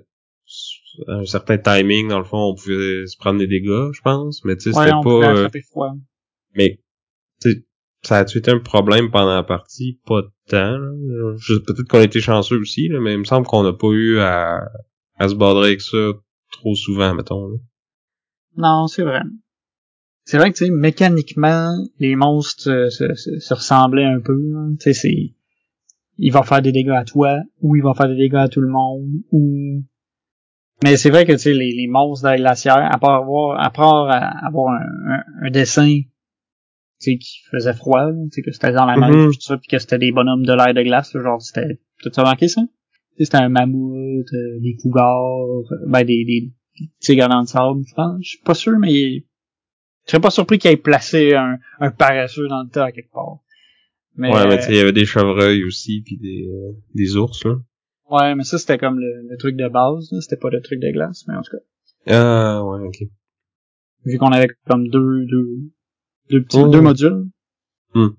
à un certain timing, dans le fond, on pouvait se prendre des dégâts, je pense, mais tu sais, ouais, c'était on pas pouvait euh, attraper froid. mais tu sais, ça a-tu été un problème pendant la partie? Pas tant, là. Je- peut-être qu'on a été chanceux aussi, là, mais il me semble qu'on n'a pas eu à, à se border avec ça trop souvent, mettons, là. Non, c'est vrai. C'est vrai que tu sais, mécaniquement, les monstres euh, se, se, se ressemblaient un peu. Tu sais, c'est il va faire des dégâts à toi, ou il va faire des dégâts à tout le monde, ou mais c'est vrai que tu sais, les, les monstres de la glacière, à part avoir à part avoir un, un, un dessin tu sais, qui faisait froid, tu sais, que c'était dans la neige Mm-hmm. pis tout ça, puis que c'était des bonhommes de l'air de glace, là, genre c'était. Tout ça marqué ça? Tu sais, c'était un mammouth, euh, des cougars, euh, ben des, des tigres dans le sable, je pense. Je suis pas sûr, mais je serais pas surpris qu'il ait placé un, un paresseux dans le tas à quelque part. Ouais, mais tu Mais sais, il y avait des chevreuils aussi, puis des, euh, des ours, là. ouais, mais ça c'était comme le, le truc de base, là. C'était pas le truc de glace, mais en tout cas. Ah, ouais, ok. Vu qu'on avait comme deux, deux, deux petits, deux Oh. modules. Mm.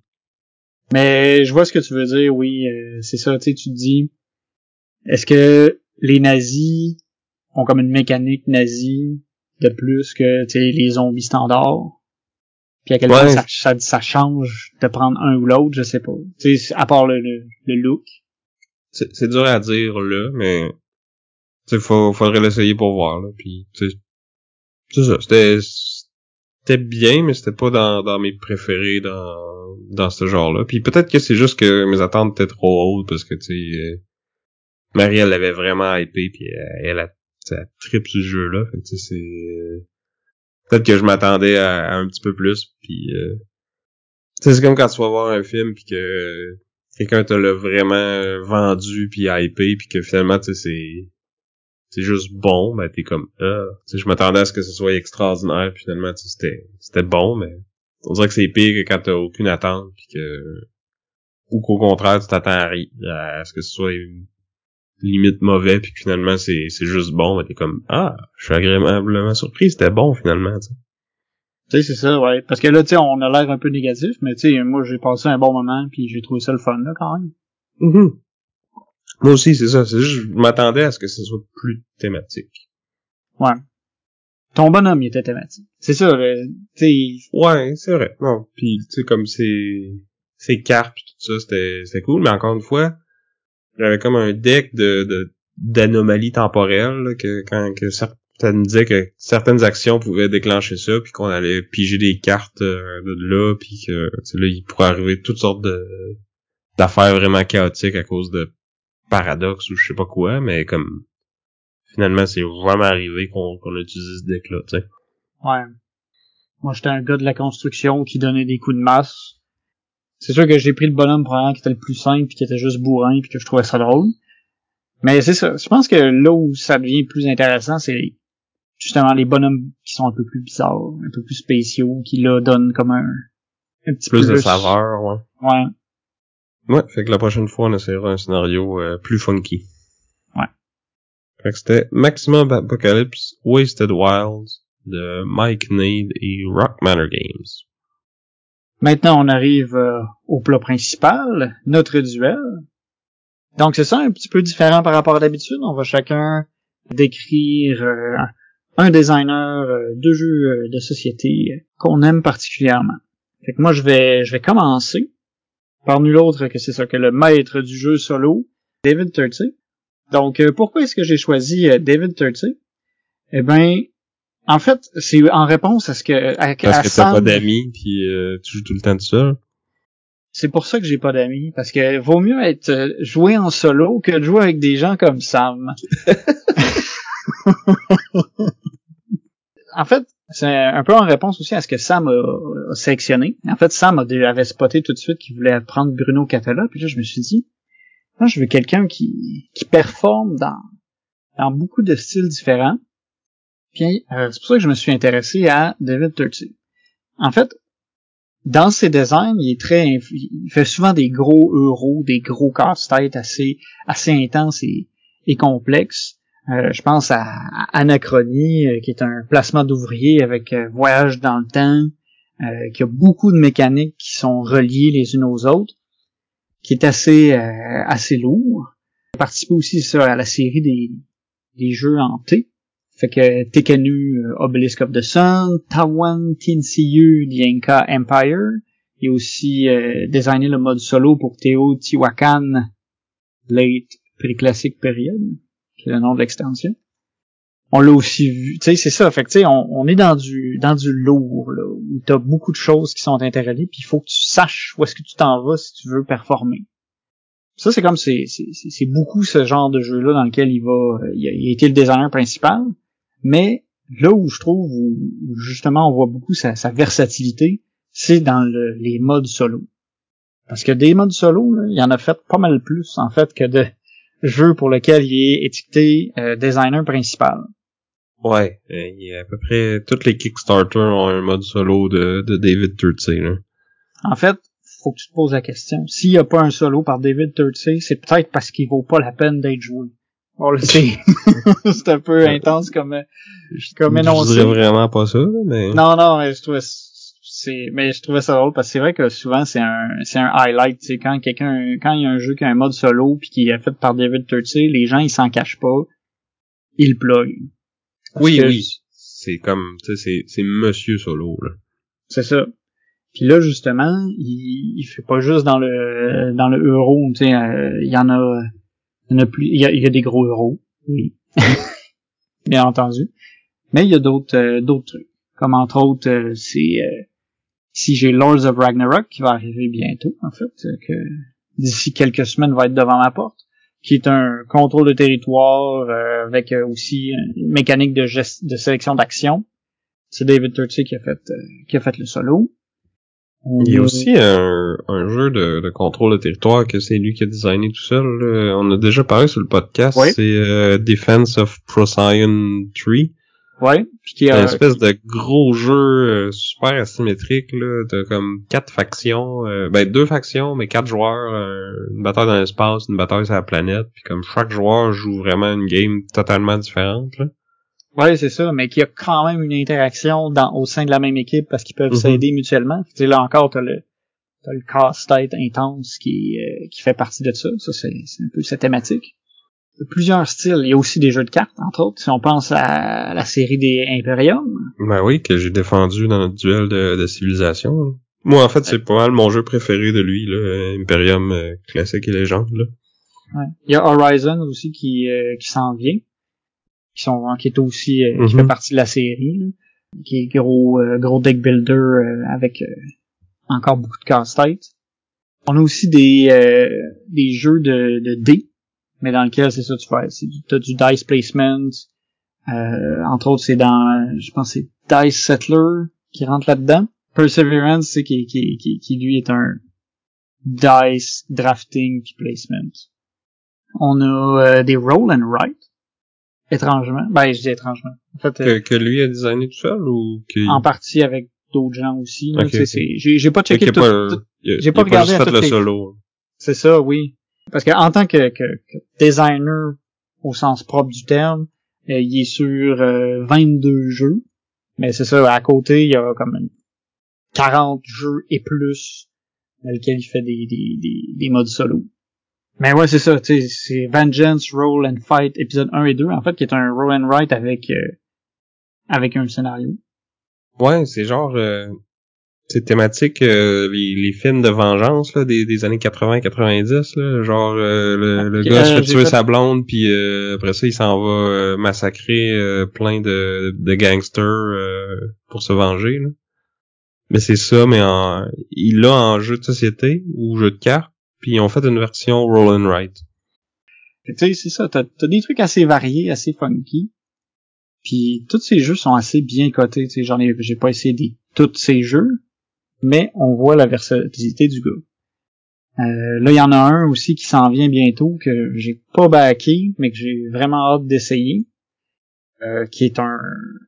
Mais je vois ce que tu veux dire, oui, euh, c'est ça, tu sais, tu te dis, est-ce que les nazis ont comme une mécanique nazie de plus que, tu sais, les zombies standards? Puis à quel point Ouais, ça, ça, ça change de prendre un ou l'autre, je sais pas. Tu sais, à part le, le, le look. c'est, c'est dur à dire là, mais tu sais, faut, faudrait l'essayer pour voir là. Puis tu sais, c'est ça, c'était c'était bien, mais c'était pas dans dans mes préférés dans dans ce genre-là. Puis peut-être que c'est juste que mes attentes étaient trop hautes parce que tu sais, euh, Marie elle l'avait vraiment hypé puis elle, elle a elle tripe ce jeu-là. Fait que tu sais, c'est euh, peut-être que je m'attendais à, à un petit peu plus. Puis euh, tu sais, c'est comme quand tu vas voir un film puis que euh, quelqu'un te l'a vraiment vendu puis hypé puis que finalement tu sais c'est c'est juste bon, ben t'es comme ah, tu sais je m'attendais à ce que ce soit extraordinaire puis finalement tu sais, c'était c'était bon, mais on dirait que c'est pire que quand t'as aucune attente puis que ou qu'au contraire tu t'attends à, ri- à ce que ce soit une limite mauvais puis que finalement c'est c'est juste bon, ben t'es comme ah, je suis agréablement surpris, c'était bon finalement, tu sais. Tu sais, c'est ça, ouais. Parce que là, tu sais, on a l'air un peu négatif, mais tu sais, moi, j'ai passé un bon moment, puis j'ai trouvé ça le fun, là, quand même. Mm-hmm. Moi aussi, c'est ça. C'est juste, je m'attendais à ce que ce soit plus thématique. Ouais. Ton bonhomme, il était thématique. C'est ça, tu sais. Ouais, c'est vrai. Non. Puis, tu sais, comme c'est, c'est cartes pis tout ça, c'était, c'était cool. Mais encore une fois, j'avais comme un deck de, de, d'anomalies temporelles, là, que quand, que ça me disait que certaines actions pouvaient déclencher ça, puis qu'on allait piger des cartes euh, de là, puis que, tu sais, là, il pourrait arriver toutes sortes de, d'affaires vraiment chaotiques à cause de paradoxes ou je sais pas quoi, mais comme, finalement, c'est vraiment arrivé qu'on, qu'on a utilisé ce deck-là, tu sais. Ouais. Moi, j'étais un gars de la construction qui donnait des coups de masse. C'est sûr que j'ai pris le bonhomme probablement qui était le plus simple puis qui était juste bourrin puis que je trouvais ça drôle. Mais c'est ça. Je pense que là où ça devient plus intéressant, c'est justement les bonhommes qui sont un peu plus bizarres, un peu plus spéciaux, qui là donnent comme un, un petit Plus plus de saveur, ouais. Ouais. Ouais, fait que la prochaine fois, on essaiera un scénario euh, plus funky. Ouais. Fait que c'était Maximum Apocalypse Wasted Wilds de Mike Nade et Rock Manor Games. Maintenant, on arrive euh, au plat principal, notre duel. Donc, c'est ça, un petit peu différent par rapport à d'habitude. On va chacun décrire euh, un designer euh, de jeux euh, de société qu'on aime particulièrement. Fait que moi, je vais je vais commencer par nul autre que c'est ça, que le maître du jeu solo, David Turczi. Donc, euh, pourquoi est-ce que j'ai choisi euh, David Turczi? Eh ben, en fait, c'est en réponse à ce que à, Parce à que t'as Sam, pas d'amis puis euh, tu joues tout le temps tout seul. c'est pour ça que j'ai pas d'amis, parce que vaut mieux être euh, joué en solo que de jouer avec des gens comme Sam. En fait, c'est un peu en réponse aussi à ce que Sam a, a sélectionné. En fait, Sam a, avait spoté tout de suite qu'il voulait prendre Bruno Catala, puis là, je me suis dit, moi, je veux quelqu'un qui, qui performe dans, dans beaucoup de styles différents. Puis, euh, c'est pour ça que je me suis intéressé à David Turczi. En fait, dans ses designs, il est très, il fait souvent des gros euros, des gros casse-têtes assez, assez intenses et, et complexes. Euh, je pense à, à Anachronie, euh, qui est un placement d'ouvriers avec euh, voyage dans le temps, euh, qui a beaucoup de mécaniques qui sont reliées les unes aux autres, qui est assez, euh, assez lourd. Il participe aussi ça, à la série des, des jeux hantés. Fait que Tekkenu, uh, Obelisk of the Sun, Tawan, T N C U, The Inca Empire. Il a aussi euh, designé le mode solo pour Teotihuacan Late Préclassique Period, qui est le nom de l'extension. On l'a aussi vu, tu sais, c'est ça. Fait que tu sais, on, on est dans du dans du lourd, là, où t'as beaucoup de choses qui sont interreliées, puis il faut que tu saches où est-ce que tu t'en vas si tu veux performer. Ça, c'est comme c'est c'est c'est beaucoup ce genre de jeu-là dans lequel il va, il a, il a été le designer principal. Mais là où je trouve où, où justement on voit beaucoup sa, sa versatilité, c'est dans le, les modes solo. Parce que des modes solo, là, il y en a fait pas mal plus en fait que de jeux pour lesquels il est étiqueté euh, designer principal. Ouais, euh, il y a à peu près tous les Kickstarter ont un mode solo de, de David Turczi, là. En fait, faut que tu te poses la question. S'il n'y a pas un solo par David Turczi, c'est peut-être parce qu'il vaut pas la peine d'être joué. Bon, là, c'est, c'est un peu intense comme, comme énoncé. Je dirais vraiment pas ça, mais... Non, non, mais je trouvais, c'est, mais je trouvais ça drôle parce que c'est vrai que souvent c'est un, c'est un highlight, tu sais, quand quelqu'un, quand il y a un jeu qui a un mode solo puis qui est fait par David Turczi, les gens ils s'en cachent pas, ils le pluguent. Oui, oui. C'est comme, tu sais, c'est, c'est Monsieur Solo, là. C'est ça. Puis là, justement, il, il fait pas juste dans le, dans le euro, tu sais, euh, il y en a, Il y en a plus, il y a, il y a des gros héros, oui. Bien entendu. Mais il y a d'autres, euh, d'autres trucs. Comme entre autres, euh, c'est, euh, ici j'ai Lords of Ragnarok qui va arriver bientôt, en fait, euh, que d'ici quelques semaines va être devant ma porte, qui est un contrôle de territoire, euh, avec euh, aussi une mécanique de gest- de sélection d'action. C'est David Turczi qui a fait, euh, qui a fait le solo. On Il y a a... aussi un, un jeu de, de contrôle de territoire que c'est lui qui a designé tout seul. Là. On a déjà parlé sur le podcast, Oui. c'est euh, Defense of Procyon trois. Ouais. Puis qui C'est a, une espèce qui... de gros jeu euh, super asymétrique, là. T'as comme quatre factions, euh, ben deux factions, mais quatre joueurs, euh, une bataille dans l'espace, une bataille sur la planète, puis comme chaque joueur joue vraiment une game totalement différente, là. Ouais, c'est ça, mais qui a quand même une interaction dans, au sein de la même équipe parce qu'ils peuvent Mm-hmm. s'aider mutuellement. Tu sais, là encore, t'as le, t'as le casse-tête intense qui, euh, qui fait partie de ça. Ça, c'est, c'est un peu sa thématique. Il y a plusieurs styles. Il y a aussi des jeux de cartes, entre autres. Si on pense à la série des Imperium. Ben oui, que j'ai défendu dans notre duel de, de civilisation, là. Moi, en fait, c'est pas mal mon jeu préféré de lui, là, Imperium euh, classique et légende, là. Ouais. Il y a Horizon aussi qui, euh, qui s'en vient. Qui sont, qui est aussi, euh, Mm-hmm. qui fait partie de la série, là. Qui est gros, euh, gros deck builder, euh, avec, euh, encore beaucoup de casse-tête. On a aussi des, euh, des jeux de, de dés, mais dans lequel c'est ça, tu fais, c'est du, t'as du dice placement, euh, entre autres, c'est dans, je pense que c'est Dice Settler qui rentre là-dedans. Perseverance, c'est qui, qui, qui, qui lui est un dice drafting puis placement. On a euh, des roll and write, étrangement. Ben, je dis étrangement. En fait, Que, euh, que lui a designé tout seul ou que... en partie avec d'autres gens aussi. Là, Ok, tu sais, ok. c'est, j'ai, j'ai pas checké Fait tout, qu'il y a pas, tout- il y a, j'ai il pas y a pas regardé juste à fait toutes le les... solo. C'est ça, oui. Parce que en tant que, que, que designer au sens propre du terme, euh, il est sur euh, vingt-deux jeux. Mais c'est ça, à côté, il y a comme une quarante jeux et plus dans lesquels il fait des, des, des, des modes solo. Mais ouais, c'est ça, tu sais, c'est Vengeance, Roll and Fight, épisode un et deux, en fait, qui est un roll and write avec, euh, avec un scénario. Ouais, c'est genre... Euh... C'est thématique euh, les, les films de vengeance là, des, des années quatre-vingts quatre-vingt-dix, là, genre euh, le, le Okay, gars se euh, fait j'ai tuer fait... sa blonde puis euh, après ça il s'en va euh, massacrer euh, plein de, de gangsters euh, pour se venger. Là. Mais c'est ça, mais en, il l'a en jeu de société ou jeu de cartes, puis ils ont fait une version roll and write. Tu sais, c'est ça, t'as, t'as des trucs assez variés, assez funky. Puis tous ces jeux sont assez bien cotés, tu sais, j'en ai, j'ai pas essayé des, tous ces jeux, mais on voit la versatilité du gars. Euh, là, il y en a un aussi qui s'en vient bientôt, que j'ai pas backé, mais que j'ai vraiment hâte d'essayer, euh, qui est un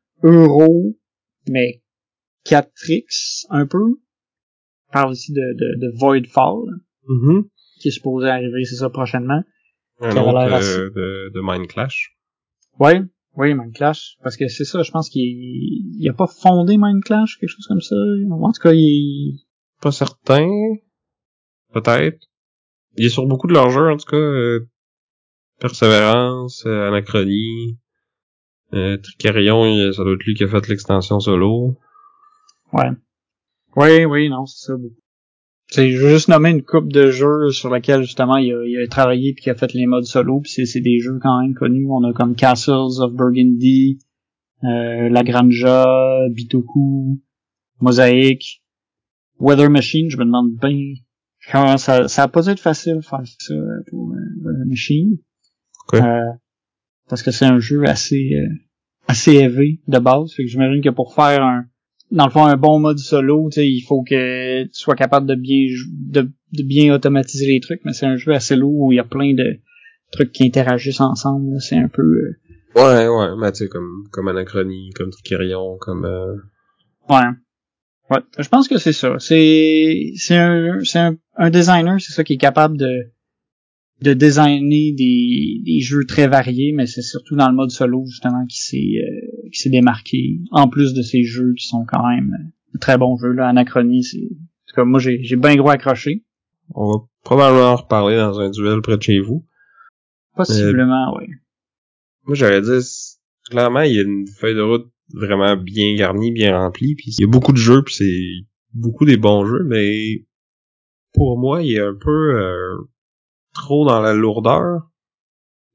euro, mais quatre X, un peu. On parle aussi de, de, de Voidfall, Mm-hmm. qui est supposé arriver, c'est ça, prochainement. Un Qui avait autre l'air assez... euh, de, de Mind Clash. Ouais, oui, Mind Clash, parce que c'est ça, je pense qu'il il a pas fondé Mind Clash, quelque chose comme ça. En tout cas, il... Pas certain. Peut-être. Il est sur beaucoup de leurs jeux, en tout cas. Euh, Persévérance, euh, Anachronie, euh, Tricarion, il- ça doit être lui qui a fait l'extension solo. Ouais. Oui, oui, non, c'est ça. C'est je veux juste nommer une coupe de jeux sur lesquels justement il a, il a travaillé puis qu'il a fait les modes solo, puis c'est, c'est des jeux quand même connus. On a comme Castles of Burgundy, euh, La Granja, Bitoku, Mosaic, Weather Machine. Je me demande bien comment ça, ça a pas dû être facile de faire ça pour euh, Weather Machine, Okay. euh, parce que c'est un jeu assez euh, assez élevé de base. Fait que j'imagine que pour faire un dans le fond, un bon mode solo, tu sais, il faut que tu sois capable de bien de, de bien automatiser les trucs, mais c'est un jeu assez lourd où il y a plein de trucs qui interagissent ensemble. Là. C'est un peu... Euh... Ouais, ouais, mais tu sais, comme, comme Anachronie, comme Tricarion, comme... Euh... Ouais. Ouais. Je pense que c'est ça. C'est c'est un c'est un, un designer, c'est ça qui est capable de de designer des, des jeux très variés, mais c'est surtout dans le mode solo, justement, qui s'est euh, qui s'est démarqué. En plus de ces jeux qui sont quand même euh, très bons jeux, là. Anachronie, c'est... En tout cas, moi, j'ai, j'ai bien gros accroché. On va probablement en reparler dans un duel près de chez vous. Possiblement, euh, oui. Moi, j'aurais dit, clairement, il y a une feuille de route vraiment bien garnie, bien remplie, puis il y a beaucoup de jeux, puis c'est beaucoup des bons jeux, mais pour moi, il est un peu... Euh, trop dans la lourdeur.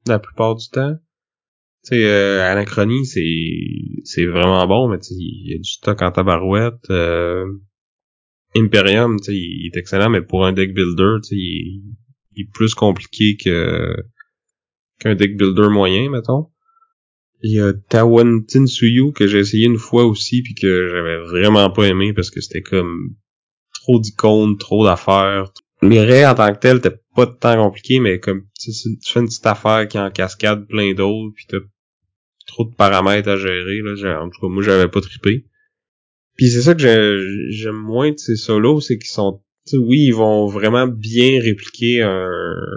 la plupart du temps. Tu sais, euh, Anachronie, c'est c'est vraiment bon, mais tu sais, il y a du stock en tabarouette. Euh, Imperium, tu sais, il est excellent, mais pour un deck builder, tu sais, il, il est plus compliqué que qu'un deck builder moyen, mettons. Il y a Tawan Tinsuyu que j'ai essayé une fois aussi puis que j'avais vraiment pas aimé parce que c'était comme trop d'icônes, trop d'affaires. Les raies en tant que telles étaient pas tant compliquées, mais comme tu sais, tu fais une petite affaire qui en cascade plein d'autres puis t'as trop de paramètres à gérer, là. En tout cas, moi j'avais pas trippé. Puis c'est ça que j'ai- j'aime moins de ces solos, c'est qu'ils sont, tu sais, oui, ils vont vraiment bien répliquer un,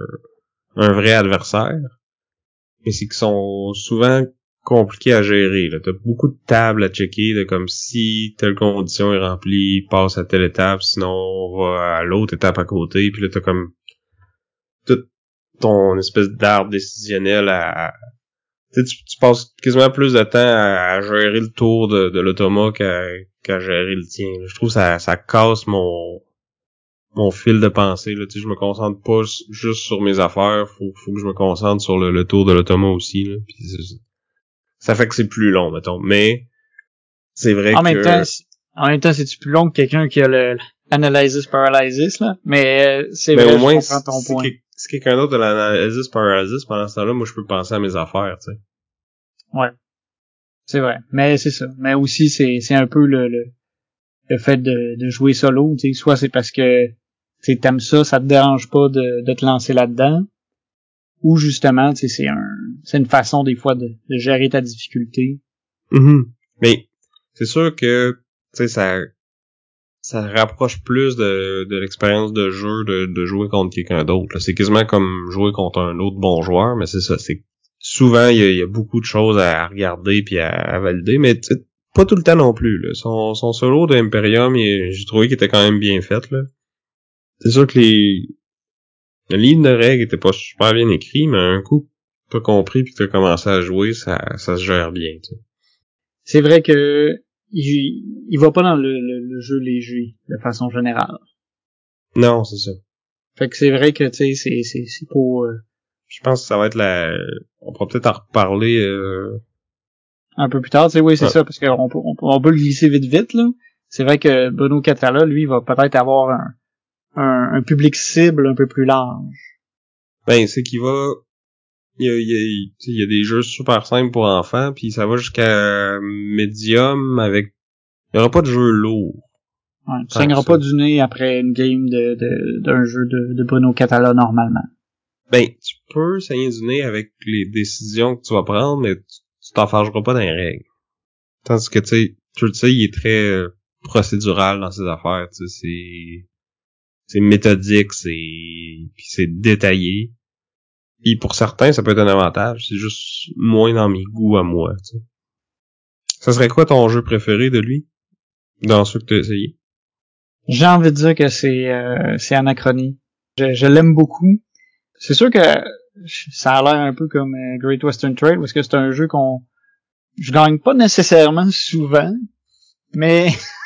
un vrai adversaire, mais c'est qu'ils sont souvent compliqués à gérer, là. T'as beaucoup de tables à checker, de comme si telle condition est remplie, passe à telle étape, sinon on va à l'autre étape à côté, puis là t'as comme tout ton espèce d'arbre décisionnel à, tu, sais, tu tu passes quasiment plus de temps à, à gérer le tour de, de l'automa qu'à, qu'à gérer le tien. Je trouve que ça, ça casse mon mon fil de pensée. Là. Tu sais, je me concentre pas juste sur mes affaires. Faut, faut que je me concentre sur le, le tour de l'automa aussi. Là. Puis ça fait que c'est plus long, mettons. Mais c'est vrai En que... même temps, c'est- en même temps, c'est-tu plus long que quelqu'un qui a le analysis paralysis, là? Mais euh, c'est Mais vrai, au je moins, comprends ton si, point. si, si quelqu'un d'autre a l'analysis paralysis, pendant ce temps-là, moi, je peux penser à mes affaires, tu sais. Ouais, c'est vrai. Mais c'est ça. Mais aussi, c'est c'est un peu le, le, le fait de, de jouer solo. Tu sais, soit c'est parce que tu sais, t'aimes ça, ça te dérange pas de, de te lancer là-dedans, ou justement, tu sais, c'est un c'est une façon des fois de, de gérer ta difficulté. Mm-hmm. Mais c'est sûr que, tu sais, ça... ça rapproche plus de, de l'expérience de jeu de, de jouer contre quelqu'un d'autre. Là. C'est quasiment comme jouer contre un autre bon joueur, mais c'est ça. C'est souvent il y a, il y a beaucoup de choses à regarder puis à, à valider, mais pas tout le temps non plus. Là. Son, son solo de Imperium, il- j'ai trouvé qu'il était quand même bien fait. Là. C'est sûr que les le livre de règles était pas super bien écrit, mais un coup que t'as compris puis que t'as commencé à jouer, ça, ça se gère bien. Tu sais. C'est vrai que il, il va pas dans le, le, le jeu léger de façon générale. Non, c'est ça. Fait que c'est vrai que tu sais, c'est c'est c'est pour euh, Je pense que ça va être la... On pourra peut-être en reparler... Euh... un peu plus tard, tu sais, oui, c'est Ouais. ça, parce qu'on peut, on peut, on peut le glisser vite vite, là. C'est vrai que Bruno Catala, lui, va peut-être avoir un, un, un public cible un peu plus large. Ben, c'est qu'il va... Il y a, il y a, il y a des jeux super simples pour enfants, puis ça va jusqu'à médium avec... Il y aura pas de jeu lourd. Ouais, tu Tant que saigneras ça. pas du nez après une game de, de, d'un jeu de, de Bruno Catala normalement. Ben, tu peux saigner du nez avec les décisions que tu vas prendre, mais tu tu t'enfargeras pas dans les règles. Tandis que, tu sais, tu le sais, il est très euh, procédural dans ses affaires, tu sais, c'est... C'est méthodique, c'est... Puis c'est détaillé. Et pour certains, ça peut être un avantage. C'est juste moins dans mes goûts à moi, tu sais. Ça serait quoi ton jeu préféré de lui? Dans ceux que tu as essayé? J'ai envie de dire que c'est, euh, c'est Anachronie. Je, je l'aime beaucoup. C'est sûr que ça a l'air un peu comme euh, Great Western Trail, parce que c'est un jeu qu'on, je gagne pas nécessairement souvent, mais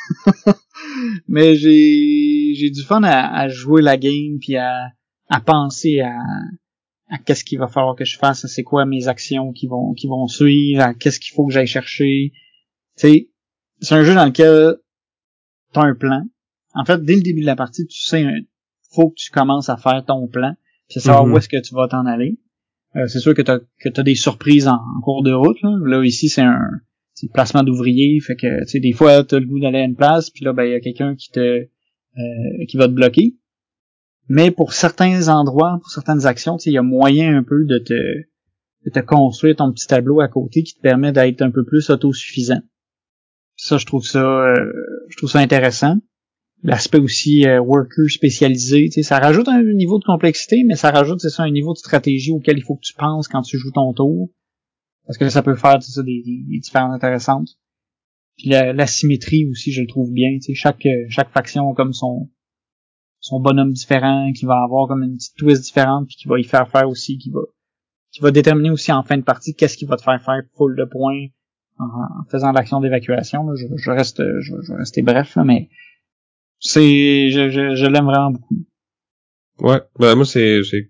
mais j'ai j'ai du fun à, à jouer la game puis à à penser à à qu'est-ce qu'il va falloir que je fasse, c'est quoi mes actions qui vont qui vont suivre, à qu'est-ce qu'il faut que j'aille chercher. Tu sais, c'est un jeu dans lequel t'as un plan. En fait, dès le début de la partie, tu sais, un, faut que tu commences à faire ton plan, puis savoir où Mm-hmm. est-ce que tu vas t'en aller. Euh, c'est sûr que t'as que t'as des surprises en, en cours de route. Là, là ici, c'est un c'est le placement d'ouvriers, fait que tu sais, des fois, t'as le goût d'aller à une place, puis là, ben il y a quelqu'un qui te euh, qui va te bloquer. Mais pour certains endroits, pour certaines actions, il y a moyen un peu de te de te construire ton petit tableau à côté qui te permet d'être un peu plus autosuffisant. Ça, je trouve ça euh, je trouve ça intéressant. L'aspect aussi euh, worker spécialisé, tu sais, ça rajoute un niveau de complexité, mais ça rajoute, c'est ça, un niveau de stratégie auquel il faut que tu penses quand tu joues ton tour. Parce que ça peut faire, c'est ça, des, des, des différences intéressantes. Puis la, la symétrie aussi, je le trouve bien, tu sais, chaque, chaque faction a comme son, son bonhomme différent, qui va avoir comme une petite twist différente, puis qui va y faire faire aussi, qui va, qui va déterminer aussi en fin de partie qu'est-ce qui va te faire faire full de points en, en faisant l'action d'évacuation. Là. Je, je reste, je, je vais rester bref, là, mais c'est, je, je, je l'aime vraiment beaucoup. Ouais. Ben, moi, c'est, c'est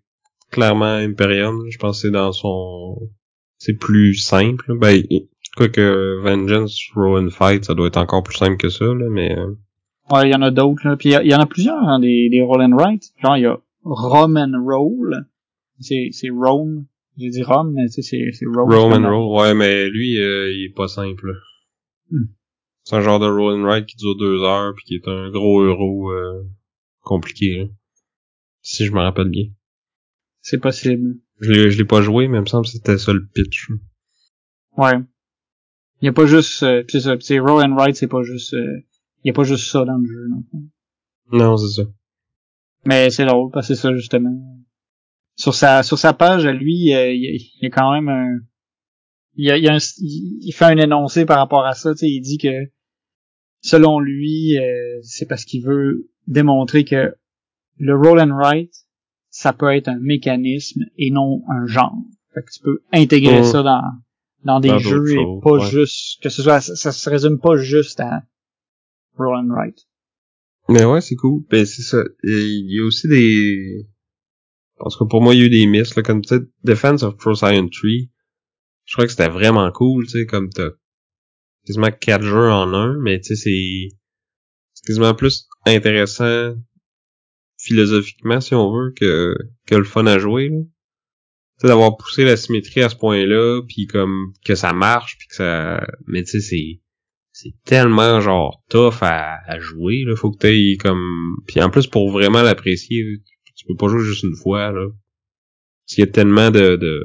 clairement Imperium. Je pense que c'est dans son... C'est plus simple. Ben, quoi que Vengeance, Roll and Fight, ça doit être encore plus simple que ça, là, mais... Euh... Ouais, il y en a d'autres, là. Puis il y, y en a plusieurs, hein, des, des Roll and Write. Genre, il y a Rom and Roll. C'est, c'est Rome. J'ai dit Rome, mais tu sais, c'est, c'est Roll. Rome and Roll, ouais, mais lui, euh, il est pas simple, là. Hmm. C'est un genre de Roll and Write qui dure deux heures, puis qui est un gros euro euh, compliqué, là. Si je me rappelle bien. C'est possible. Je l'ai, je l'ai pas joué, mais il me semble que c'était ça le pitch. Ouais. Il y a pas juste, euh, c'est ça, c'est Roll and Write, c'est pas juste, euh, il y a pas juste ça dans le jeu, non. Non, c'est ça. Mais c'est drôle, parce que c'est ça, justement. Sur sa, sur sa page, à lui, euh, il y a quand même un, il y a, il y a un, il fait un énoncé par rapport à ça, tu sais, il dit que, selon lui, euh, c'est parce qu'il veut démontrer que le roll and write, ça peut être un mécanisme et non un genre. Fait que tu peux intégrer mmh. ça dans, dans des dans jeux et choses, pas ouais. juste, que ce soit, ça, ça se résume pas juste à roll and write. Mais ouais, c'est cool. Ben, c'est ça. Il y a aussi des, parce que pour moi, il y a eu des misses, là, comme tu sais, Defense of Procyon Tree. Je crois que c'était vraiment cool, tu sais, comme t'as quasiment quatre jeux en un, mais tu sais, c'est, c'est quasiment plus intéressant philosophiquement, si on veut, que, que le fun à jouer, là. Tu sais, d'avoir poussé la symétrie à ce point-là, puis comme, que ça marche, puis que ça, mais tu sais, c'est, c'est tellement, genre, tough à, à jouer, là. Faut que t'aies comme, puis en plus, pour vraiment l'apprécier, tu peux pas jouer juste une fois, là. Parce qu'il y a tellement de, de,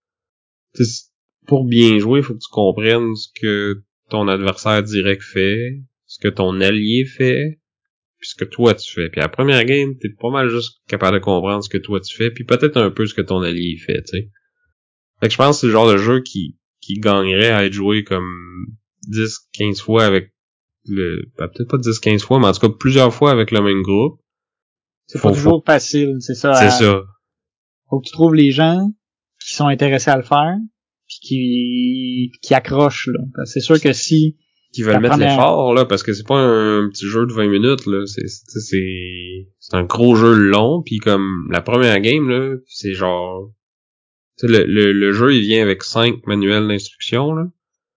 tu sais, pour bien jouer, il faut que tu comprennes ce que ton adversaire direct fait, ce que ton allié fait, puis ce que toi tu fais. Puis à la première game, t'es pas mal juste capable de comprendre ce que toi tu fais, puis peut-être un peu ce que ton allié fait, tu sais. Fait que je pense que c'est le genre de jeu qui, qui gagnerait à être joué comme dix, quinze fois avec le, ben, peut-être pas dix, quinze fois, mais en tout cas plusieurs fois avec le même groupe. C'est faut, pas toujours faut... facile, c'est ça. C'est à... ça. Faut que tu trouves les gens qui sont intéressés à le faire, puis qui, qui accrochent, là. Parce que c'est sûr que si... Qui veulent mettre première... l'effort, là, parce que c'est pas un, un petit jeu de vingt minutes, là. C'est, c'est, c'est, c'est un gros jeu long, puis comme la première game, là, c'est genre... Tu sais, le, le, le jeu, il vient avec cinq manuels d'instruction, là.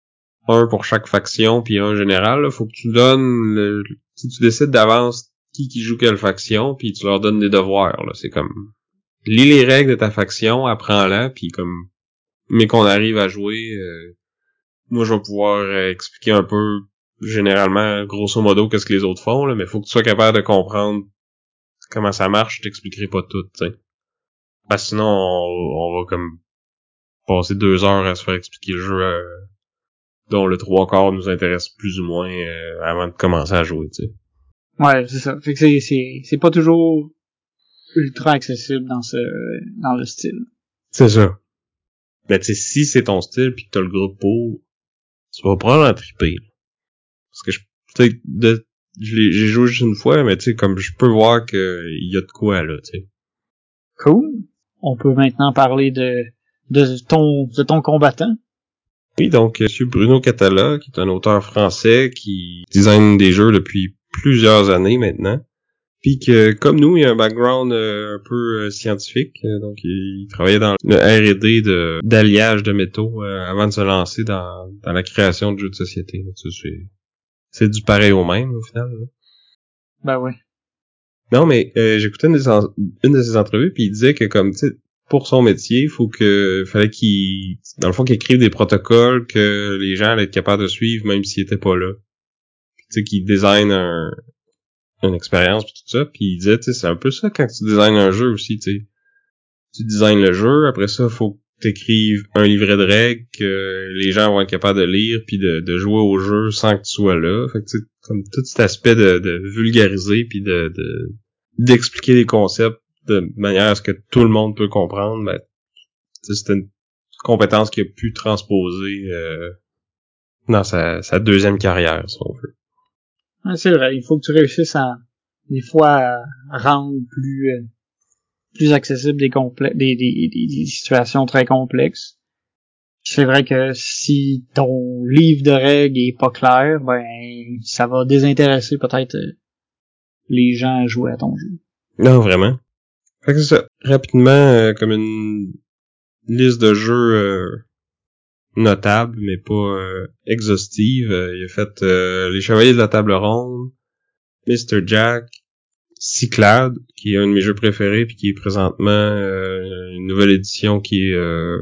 Un pour chaque faction, puis un général, là. Faut que tu donnes... Le, tu, tu décides d'avance qui qui joue quelle faction, puis tu leur donnes des devoirs, là. C'est comme... Lis les règles de ta faction, apprends-la, puis comme... Mais qu'on arrive à jouer... Euh, moi, je vais pouvoir euh, expliquer un peu, généralement, grosso modo, qu'est-ce que les autres font, là, mais faut que tu sois capable de comprendre comment ça marche, je t'expliquerai pas tout, tu sais. Parce que sinon, on, on va comme passer deux heures à se faire expliquer le jeu euh, dont le trois quarts nous intéresse plus ou moins euh, avant de commencer à jouer, tu sais. Ouais, c'est ça. Fait que c'est, c'est, c'est pas toujours ultra accessible dans ce, dans le style. C'est ça. Mais tu sais, si c'est ton style pis que t'as le groupe pour, tu vas probablement triper. Parce que je, tu sais, de, j'ai, j'ai joué juste une fois, mais tu sais, comme je peux voir que il y a de quoi, là, tu sais. Cool. On peut maintenant parler de, de ton, de ton combattant. Oui, donc, monsieur Bruno Catala, qui est un auteur français qui design des jeux depuis plusieurs années maintenant. Puis que, comme nous, il a un background euh, un peu euh, scientifique. Euh, donc, il, il travaillait dans le R et D de, d'alliage de métaux euh, avant de se lancer dans, dans la création de jeux de société. Donc, c'est, c'est du pareil au même, au final. Là. Ben oui. Non, mais euh, j'écoutais une, en- une de ses entrevues, puis il disait que, comme, tu sais, pour son métier, il faut que, fallait qu'il, dans le fond, qu'il écrive des protocoles que les gens allaient être capables de suivre, même s'ils étaient pas là. Tu sais, qu'il design un, une expérience pis tout ça, puis il disait, tu sais, c'est un peu ça quand tu designes un jeu aussi, tu sais. Tu designes le jeu, après ça, faut que t'écrives un livret de règles que les gens vont être capables de lire puis de, de jouer au jeu sans que tu sois là. Fait que tu sais, comme tout cet aspect de, de vulgariser puis de, de d'expliquer les concepts de manière à ce que tout le monde peut comprendre, ben, tu sais, c'était une compétence qu'il a pu transposer euh, dans sa, sa deuxième carrière, si on veut. Ouais, c'est vrai, il faut que tu réussisses à, des fois, à rendre plus, euh, plus accessible des, complè- des, des, des, des situations très complexes. C'est vrai que si ton livre de règles est pas clair, ben, ça va désintéresser peut-être euh, les gens à jouer à ton jeu. Non, vraiment. Fait que c'est ça. Rapidement, euh, comme une liste de jeux euh, notables, mais pas euh, exhaustive. Euh, il a fait euh, Les Chevaliers de la Table Ronde, mister Jack, Cyclades, qui est un de mes jeux préférés, puis qui est présentement euh, une nouvelle édition qui est euh,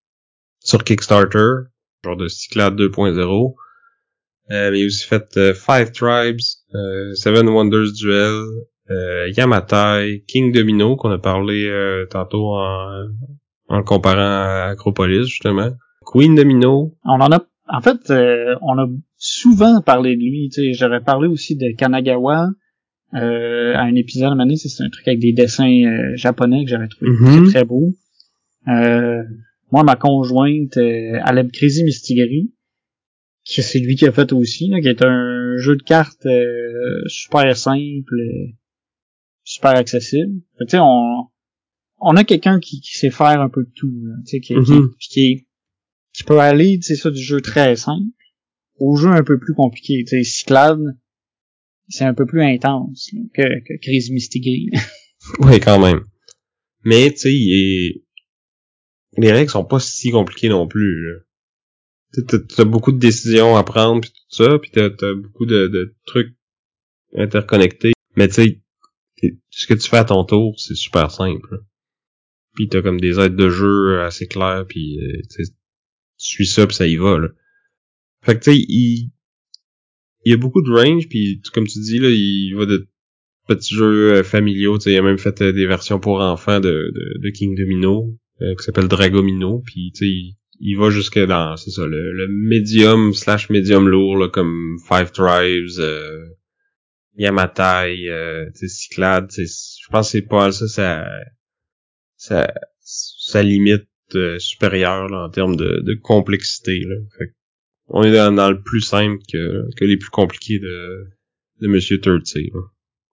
sur Kickstarter, genre de Cyclades deux point zéro. Euh, il a aussi fait euh, Five Tribes, euh, Seven Wonders Duel, euh, Yamatai, King Domino, qu'on a parlé euh, tantôt en, en le comparant à Acropolis, justement. Queen Domino. On en a, en fait, euh, on a souvent parlé de lui, tu sais, j'avais parlé aussi de Kanagawa, euh, à un épisode, à un moment donné, c'est un truc avec des dessins euh, japonais que j'avais trouvé Mm-hmm. très, très beau. Euh, moi, ma conjointe, euh, elle aime Crazy Mystigri, que c'est lui qui a fait aussi, là, qui est un jeu de cartes euh, super simple, euh, super accessible. Tu sais, on, on a quelqu'un qui, qui sait faire un peu de tout, tu sais, qui, Mm-hmm. qui, qui, qui peut aller, tu sais, ça, du jeu très simple au jeu un peu plus compliqué. Tu sais, Cyclades, c'est un peu plus intense là, que, que Crazy Mystigri. Oui, quand même. Mais, tu sais, il est... les règles sont pas si compliquées non plus, là. T'as, t'as beaucoup de décisions à prendre, puis tout ça, puis t'as, t'as beaucoup de, de trucs interconnectés. Mais tu sais, ce que tu fais à ton tour, c'est super simple. Puis t'as comme des aides de jeu assez claires, puis euh, tu suis ça, puis ça y va, là. Fait que tu sais, il, il y a beaucoup de range, puis comme tu dis, là, il va de petits jeux euh, familiaux. Tu sais, il a même fait euh, des versions pour enfants de, de, de King Domino, euh, qui s'appelle Dragomino, puis tu sais, il, il va jusque dans, c'est ça, le, le medium slash medium lourd, là, comme Five Tribes, euh, Yamatai, euh, tu sais, Cyclades, tu sais, je pense que c'est pas ça, ça, ça, sa limite euh, supérieure, là, en termes de, de complexité, là. Fait que on est dans, dans le plus simple que, que les plus compliqués de, de Monsieur Turtsey, là.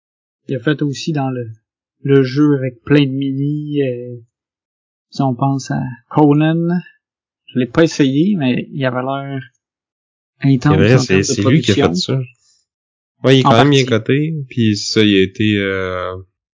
Il a fait aussi dans le, le jeu avec plein de mini, euh, si on pense à Conan, je l'ai pas essayé, mais il avait l'air intense C'est vrai, en c'est, termes de c'est lui qui a production. fait ça. Ouais, il est En quand même bien partie. coté, puis ça, il a été, euh,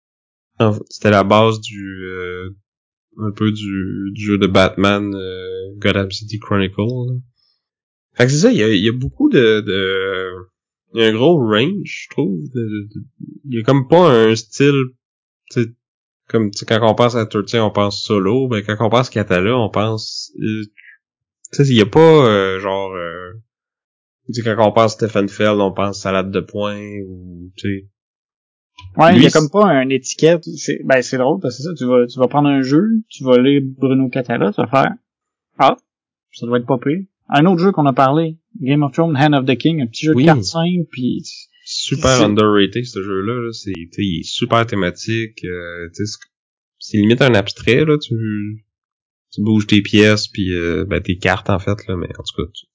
en- c'était la base du, euh, un peu du, du jeu de Batman, euh, Gotham City Chronicle, là. Fait que c'est ça, il y a, il y a beaucoup de, de, il y a un gros range, je trouve. De, de, de- il y a comme pas un style, tu sais, comme, tu sais, quand on pense à Turtle, on pense solo, ben, quand on pense Catala, on pense, euh, tu sais, il y a pas, euh, genre, euh, tu sais, quand on pense Stephen Feld, on pense salade de poing, ou, tu sais, Ouais, il y lui, a comme pas une étiquette. C'est, ben, c'est drôle parce que c'est ça, tu vas, tu vas prendre un jeu, tu vas lire Bruno Catala, tu vas faire, ah, ça doit être pas pire. Un autre jeu qu'on a parlé, Game of Thrones, Hand of the King, un petit jeu oui, de cartes simple, puis super c'est, underrated, ce jeu-là, là. C'est, tu sais, il est super thématique, euh, tu sais, c'est, c'est limite un abstrait, là, tu, tu bouges tes pièces, puis euh, ben, tes cartes, en fait, là, mais en tout cas, tu,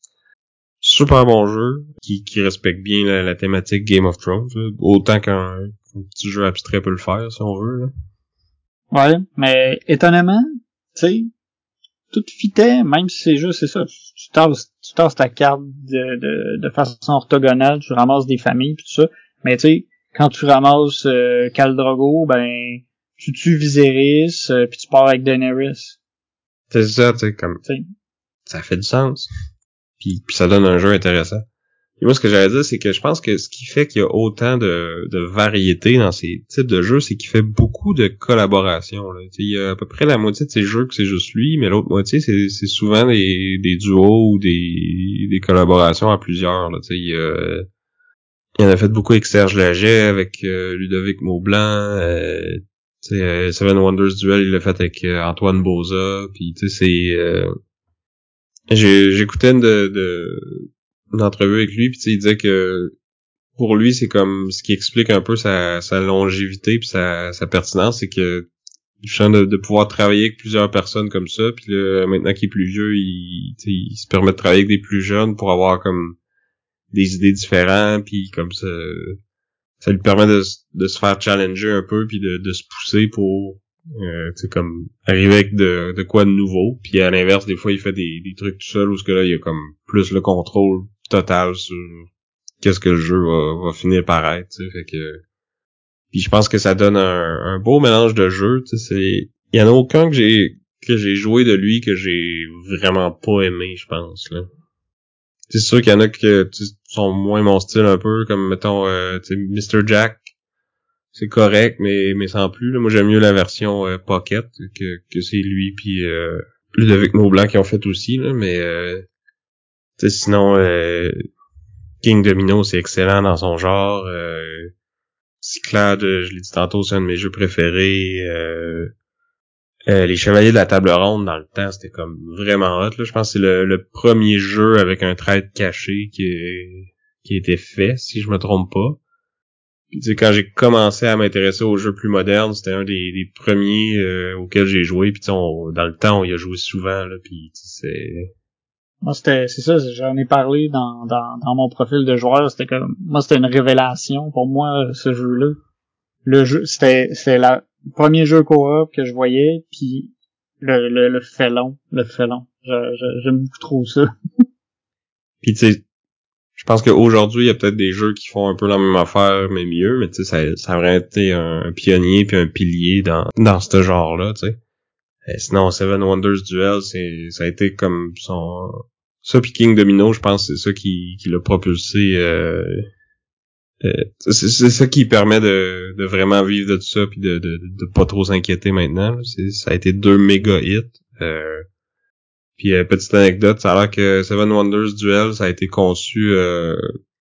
super bon jeu, qui, qui respecte bien la, la thématique Game of Thrones, là, autant qu'un, qu'un petit jeu abstrait peut le faire, si on veut, là. ouais, mais étonnamment, tu sais, tout fitait, même si c'est juste, c'est ça, tu tasses, tu tasses ta carte de, de, de façon orthogonale, tu ramasses des familles, pis tout ça, mais tu sais, quand tu ramasses euh, Khal Drogo, ben, tu tues Viserys, euh, puis tu pars avec Daenerys. C'est ça, tu sais, comme, T'sais. ça fait du sens. Puis, puis ça donne un jeu intéressant. Et moi, ce que j'allais dire, c'est que je pense que ce qui fait qu'il y a autant de, de variété dans ces types de jeux, c'est qu'il fait beaucoup de collaborations, là. Il y a à peu près la moitié de ces jeux que c'est juste lui, mais l'autre moitié, c'est, c'est souvent des, des duos ou des, des collaborations à plusieurs, là. Il, euh, il en a fait beaucoup avec Serge Laget, avec euh, Ludovic Maublanc, euh, euh, Seven Wonders Duel, il l'a fait avec euh, Antoine Boza, puis tu sais, c'est... Euh, j'ai, j'écoutais une de... de une entrevue avec lui, puis il disait que pour lui, c'est comme ce qui explique un peu sa, sa longévité puis sa, sa pertinence, c'est que du champ de, de pouvoir travailler avec plusieurs personnes comme ça, puis là, maintenant qu'il est plus vieux, il, il se permet de travailler avec des plus jeunes pour avoir comme des idées différentes, puis comme ça, ça lui permet de, de se faire challenger un peu, puis de, de se pousser pour euh, tu sais, comme arriver avec de, de quoi de nouveau. Puis à l'inverse, des fois, il fait des, des trucs tout seul où ce que là, il y a comme plus le contrôle total sur qu'est-ce que le jeu va, va finir par être, tu sais, fait que Puis je pense que ça donne un, un beau mélange de jeux, tu sais, c'est... Il y en a aucun que j'ai que j'ai joué de lui que j'ai vraiment pas aimé, je pense, là. C'est sûr qu'il y en a qui sont moins mon style un peu, comme, mettons, euh, tu sais, mister Jack. C'est correct, mais mais sans plus, là. Moi, j'aime mieux la version euh, Pocket, que que c'est lui puis euh, Ludovic Maublanc qui ont fait aussi, là, mais... Euh, tu sais, sinon, euh, King Domino, c'est excellent dans son genre. Euh, Cyclade, je l'ai dit tantôt, c'est un de mes jeux préférés. Euh, euh, les Chevaliers de la Table Ronde, dans le temps, c'était comme vraiment hot. Là. Je pense que c'est le, le premier jeu avec un trait caché qui, qui a été fait, si je me trompe pas. Puis, tu sais, quand j'ai commencé à m'intéresser aux jeux plus modernes, c'était un des, des premiers euh, auxquels j'ai joué. Puis, on, dans le temps, on y a joué souvent. Là, puis, c'est... Moi, c'était, c'est ça, j'en ai parlé dans, dans, dans mon profil de joueur, c'était comme, moi, c'était une révélation pour moi, ce jeu-là. Le jeu, c'était, c'était la, le premier jeu coop que je voyais, puis le, le, le félon, le félon. Je, je, j'aime beaucoup trop ça. Puis, tu sais, je pense qu'aujourd'hui, il y a peut-être des jeux qui font un peu la même affaire, mais mieux, mais tu sais, ça, ça a vraiment été un, un pionnier puis un pilier dans, dans ce genre-là, tu sais. Et sinon, Seven Wonders Duel, c'est, ça a été comme son, ça puis King Domino, je pense, c'est ça qui, qui l'a propulsé, euh, euh c'est, c'est ça qui permet de, de vraiment vivre de tout ça puis de, de, de pas trop s'inquiéter maintenant, là. C'est, ça a été deux méga hits, euh, puis euh, petite anecdote, ça a l'air que Seven Wonders Duel, ça a été conçu, euh,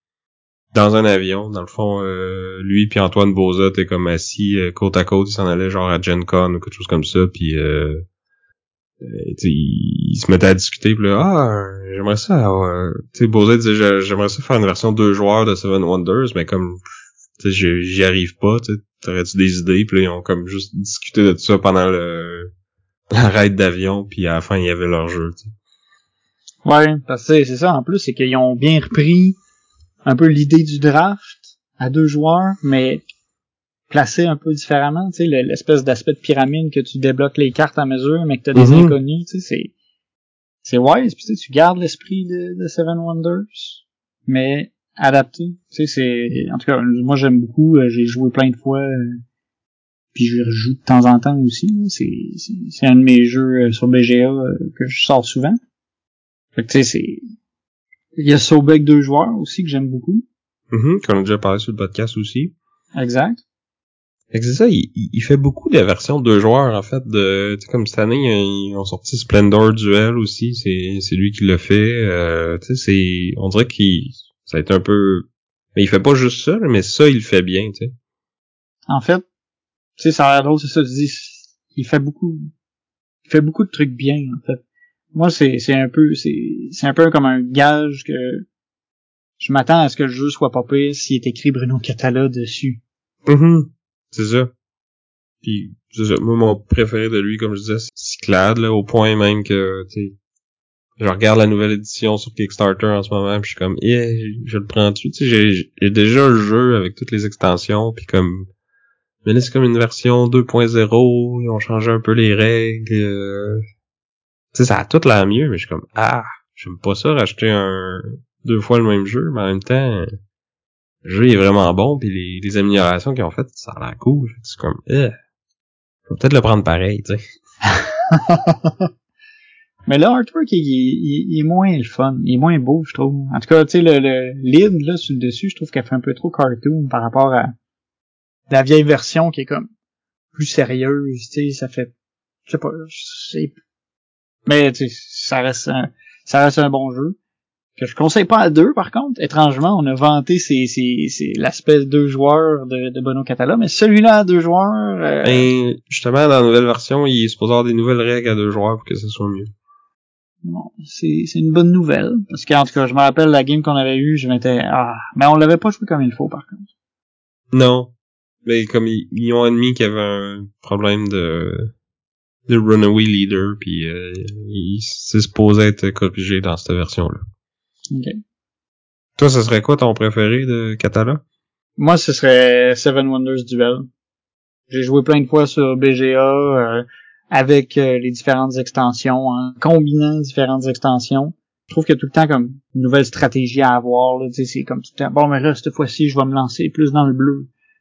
dans un avion. Dans le fond, euh, lui puis Antoine Boza étaient comme assis euh, côte à côte, ils s'en allaient genre à Gen Con ou quelque chose comme ça, puis euh, euh, ils, ils se mettaient à discuter, puis là, ah, j'aimerais ça, euh, tu sais, Boza disait, j'aimerais ça faire une version deux joueurs de Seven Wonders, mais comme, tu sais, j'y arrive pas, tu sais, t'aurais-tu des idées, puis là, ils ont comme juste discuté de tout ça pendant le la ride d'avion, puis à la fin, il y avait leur jeu, tu sais. Ouais, parce que c'est ça, en plus, c'est qu'ils ont bien repris un peu l'idée du draft à deux joueurs, mais placé un peu différemment, tu sais, l'espèce d'aspect de pyramide que tu débloques les cartes à mesure, mais que t'as des mm-hmm. inconnus, tu sais, c'est, c'est wise, puis tu sais, tu gardes l'esprit de, de Seven Wonders, mais adapté, tu sais, c'est, en tout cas, moi j'aime beaucoup, j'ai joué plein de fois, puis je rejoue de temps en temps aussi, là. c'est, c'est, c'est un de mes jeux sur B G A que je sors souvent, fait que tu sais, c'est, il y a Sobek deux joueurs aussi que j'aime beaucoup. Mm-hmm, qu'on a déjà parlé sur le podcast aussi. Exact. Fait que c'est ça, il, il fait beaucoup de versions deux joueurs, en fait, de, tu sais, comme cette année, ils ont sorti Splendor Duel aussi, c'est, c'est lui qui l'a fait, euh, tu sais, c'est, on dirait qu'il, ça a été un peu, mais il fait pas juste ça, mais ça, il le fait bien, tu sais. En fait, tu sais, ça a l'air drôle, c'est ça, tu dis, il fait beaucoup, il fait beaucoup de trucs bien, en fait. Moi, c'est, c'est un peu, c'est, c'est un peu comme un gage que je m'attends à ce que le jeu soit pas pire s'il est écrit Bruno Catala dessus. Mm-hmm. C'est ça. Puis, c'est ça. Moi, mon préféré de lui, comme je disais, c'est Cyclade, là, au point même que, tu sais, je regarde la nouvelle édition sur Kickstarter en ce moment, puis je suis comme, yeah, je le prends dessus. Tu sais, j'ai, j'ai déjà le jeu avec toutes les extensions, puis comme, mais là, c'est comme une version deux point zéro, ils ont changé un peu les règles, euh... tu sais, ça a tout l'air mieux, mais je suis comme, ah, j'aime pas ça, racheter un, deux fois le même jeu, mais en même temps, le jeu est vraiment bon, puis les, les améliorations qu'ils ont faites, ça a l'air cool. C'est comme, eh, faut peut-être le prendre pareil, tu sais. Mais là, artwork, il, il, il est moins le fun, il est moins beau, je trouve. En tout cas, tu sais, le, le lid, là, sur le dessus, je trouve qu'elle fait un peu trop cartoon par rapport à la vieille version qui est comme plus sérieuse, tu sais, ça fait, je sais pas, c'est... mais tu sais, ça reste un, ça reste un bon jeu. Que je conseille pas à deux, par contre. Étrangement, on a vanté c'est, c'est, c'est l'aspect deux joueurs de, de Bruno Catala, mais celui-là à deux joueurs... Euh... Ben, justement, dans la nouvelle version, il est supposé avoir des nouvelles règles à deux joueurs pour que ça soit mieux. Bon, c'est, c'est une bonne nouvelle. Parce qu'en tout cas, je me rappelle la game qu'on avait eue, je m'étais... Ah, mais on l'avait pas joué comme il faut, par contre. Non. Mais comme ils, ils ont admis qu'il y avait un problème de... de runaway leader, puis euh, il c'est supposé être corrigé dans cette version-là. Ok. Toi, ce serait quoi ton préféré de Catala? Moi, ce serait Seven Wonders Duel. J'ai joué plein de fois sur B G A euh, avec euh, les différentes extensions, en combinant différentes extensions. Je trouve qu'il y a tout le temps comme une nouvelle stratégie à avoir. Là, c'est comme tout le temps, bon, mais là, cette fois-ci, je vais me lancer plus dans le bleu.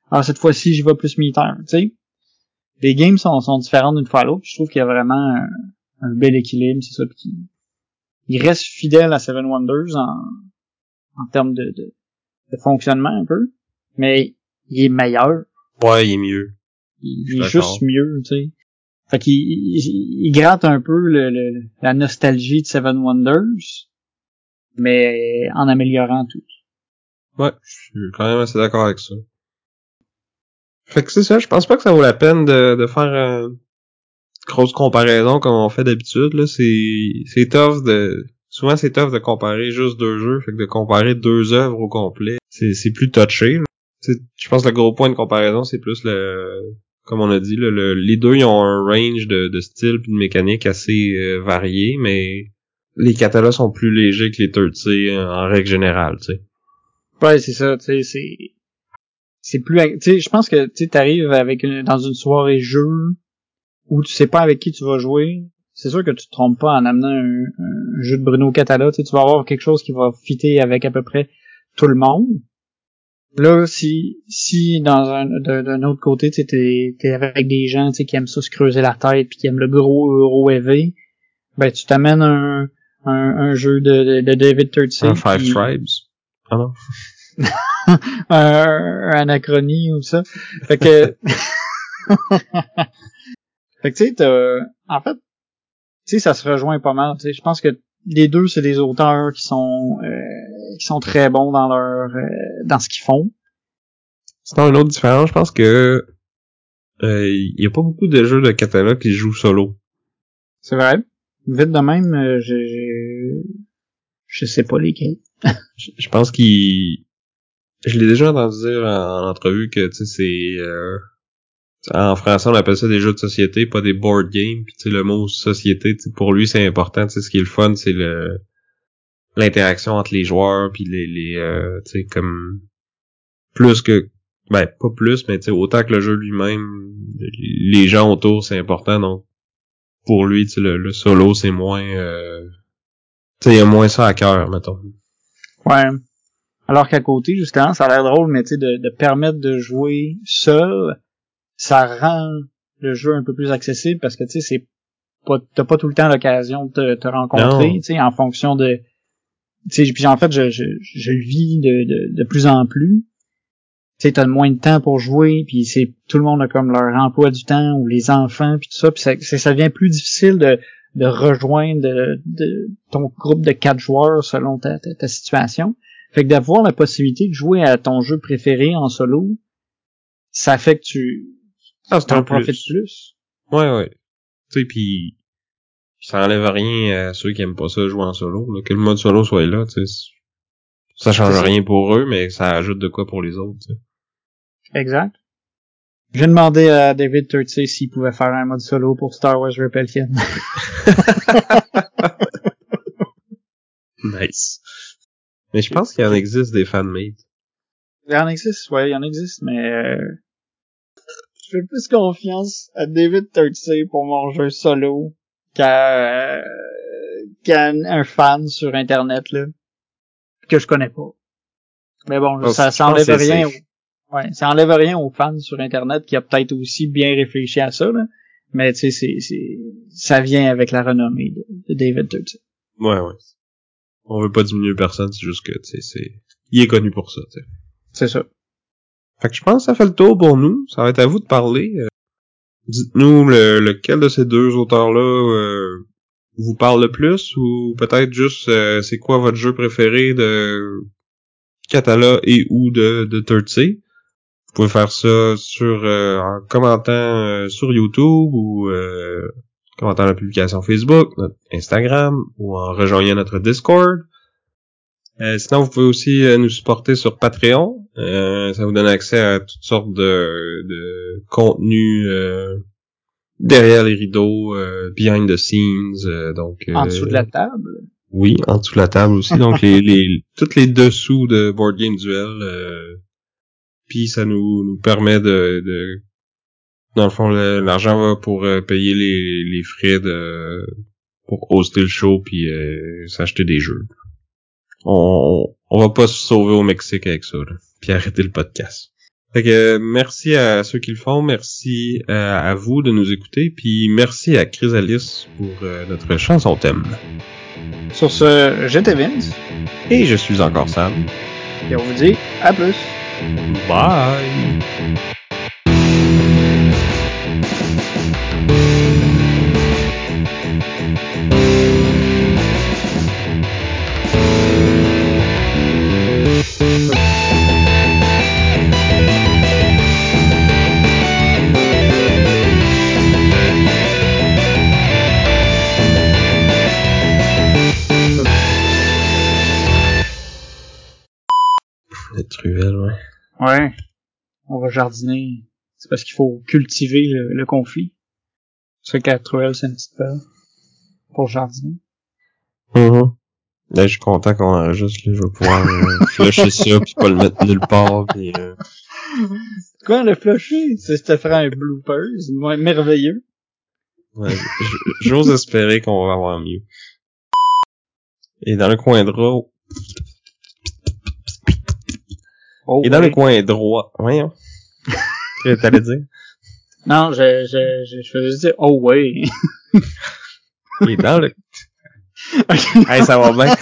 ah, cette fois-ci, j'y vais plus militaire, tu sais. Les games sont, sont différentes d'une fois à l'autre, puis je trouve qu'il y a vraiment un, un bel équilibre, c'est ça, puis il reste fidèle à Seven Wonders en, en termes de, de, de fonctionnement un peu, mais il est meilleur. Ouais, il est mieux. Il, il est juste mieux, tu sais. Fait qu'il il, il gratte un peu le, le, la nostalgie de Seven Wonders, mais en améliorant tout. Ouais, je suis quand même assez d'accord avec ça. Fait que c'est ça, je pense pas que ça vaut la peine de, de faire une grosse comparaison comme on fait d'habitude, là. C'est, c'est tough de, souvent c'est tough de comparer juste deux jeux, fait que de comparer deux œuvres au complet, c'est, c'est plus touché, là. Je pense que le gros point de comparaison, c'est plus le, comme on a dit, là, le, les deux, ils ont un range de, de style puis de mécanique assez euh, varié, mais les katanas sont plus légers que les Turtles en règle générale, tu sais. Ouais, c'est ça, tu sais, c'est, c'est plus, tu sais, je pense que, tu sais, t'arrives avec une, dans une soirée jeu où tu sais pas avec qui tu vas jouer, c'est sûr que tu te trompes pas en amenant un, un jeu de Bruno Catala, tu sais, tu vas avoir quelque chose qui va fitter avec à peu près tout le monde. Là, si, si dans un, d'un autre côté, tu sais, t'es, t'es avec des gens, tu sais, qui aiment ça se creuser la tête pis qui aiment le gros euro élevé, ben, tu t'amènes un, un, un jeu de, de, de David Turtsey. Un Five pis... Tribes. Ah non. un, un Anachronie ou ça. Fait que, fait que tu sais, t'as, en fait, tu sais, ça se rejoint pas mal, tu sais, je pense que les deux, c'est des auteurs qui sont, euh, qui sont très bons dans leur, euh, dans ce qu'ils font. Sinon, une autre différence, je pense que euh, il y a pas beaucoup de jeux de Catala qui jouent solo. C'est vrai. Vite de même, euh, je, je, je sais pas lesquels. je, je pense qu'il, je l'ai déjà entendu dire en, en entrevue que, tu sais, c'est, euh, en français, on appelle ça des jeux de société, pas des board games. Puis, tu sais, le mot société, pour lui, c'est important. Tu sais, ce qui est le fun, c'est le l'interaction entre les joueurs, puis les, les euh, tu sais, comme plus que, ben, pas plus, mais tu sais, autant que le jeu lui-même, les gens autour, c'est important. Donc, pour lui, tu sais, le, le solo, c'est moins, euh, tu sais, il y a moins ça à cœur, mettons. Ouais. Alors qu'à côté, justement, ça a l'air drôle, mais tu sais, de, de permettre de jouer seul, ça rend le jeu un peu plus accessible parce que, tu sais, c'est pas, t'as pas tout le temps l'occasion de te, te rencontrer, tu sais, en fonction de, tu sais, puis en fait, je, je, je le vis de, de, de plus en plus. Tu sais, t'as moins de temps pour jouer, puis c'est tout le monde a comme leur emploi du temps ou les enfants, puis tout ça, puis ça, ça devient plus difficile de, de rejoindre de, de ton groupe de quatre joueurs selon ta, ta, ta situation. Fait que d'avoir la possibilité de jouer à ton jeu préféré en solo, ça fait que tu ah, c'est en un profites plus. plus. Ouais, ouais. Tu sais, puis ça enlève rien à ceux qui aiment pas ça jouer en solo. Là. Que le mode solo soit là, tu sais, ça change rien pour eux, mais ça ajoute de quoi pour les autres. Tu sais. Exact. Je vais demander à David Turtsey s'il pouvait faire un mode solo pour Star Wars Rebellion. Nice. Mais je pense qu'il y en existe des fan-made. Il y en existe, ouais, il y en existe, mais euh, je fais plus confiance à David Turtsey pour mon jeu solo qu'à, euh, qu'à un fan sur Internet, là, que je connais pas. Mais bon, oh, ça, ça enlève rien, au, ouais, ça enlève rien aux fans sur Internet qui a peut-être aussi bien réfléchi à ça, là. Mais tu sais, c'est, c'est, ça vient avec la renommée de, de David Turtsey. Ouais, ouais. On veut pas diminuer personne, c'est juste que, tu sais, c'est, il est connu pour ça, tu sais. C'est ça. Fait que je pense que ça fait le tour pour nous. Ça va être à vous de parler. Euh, dites-nous le, lequel de ces deux auteurs-là euh, vous parle le plus, ou peut-être juste euh, c'est quoi votre jeu préféré de Catala et ou de, de Turtsey. Vous pouvez faire ça sur euh, en commentant euh, sur YouTube ou euh, en commentant la publication Facebook, notre Instagram ou en rejoignant notre Discord. Euh, sinon, vous pouvez aussi euh, nous supporter sur Patreon. Euh, ça vous donne accès à toutes sortes de, de contenus euh, derrière les rideaux, euh, behind the scenes. Euh, donc euh, en dessous de la table. Oui, en dessous de la table aussi. Donc les, les toutes les dessous de Board Game Duel. Euh, Puis ça nous nous permet de, de dans le fond le, l'argent va pour euh, payer les les frais de pour hoster le show puis euh, s'acheter des jeux. On on va pas se sauver au Mexique avec ça là, puis arrêter le podcast. Fait que merci à ceux qui le font, merci à, à vous de nous écouter, puis merci à Chrysalis pour euh, notre chanson thème. Sur ce, j'étais Vince. Et je suis encore Sam. Et on vous dit à plus. Bye! Les truelles, ouais. Ouais. On va jardiner. C'est parce qu'il faut cultiver le, le conflit. C'est ça que la truelle, c'est une petite pelle. Pour jardiner. Mm-hmm. Là, je suis content qu'on enregistre, là. Je vais pouvoir euh, flusher ça pis pas le mettre nulle part pis euh... Quoi, le flusher? C'est te faire un bloopers. Merveilleux. Ouais, j'ose espérer qu'on va avoir mieux. Et dans le coin droit... Oh, Et dans ouais. le coin droit... Voyons. Qu'est-ce que t'allais dire? Non, je, je, je, je faisais juste dire, oh ouais. Et dans le... Okay. Hey, ça va bien.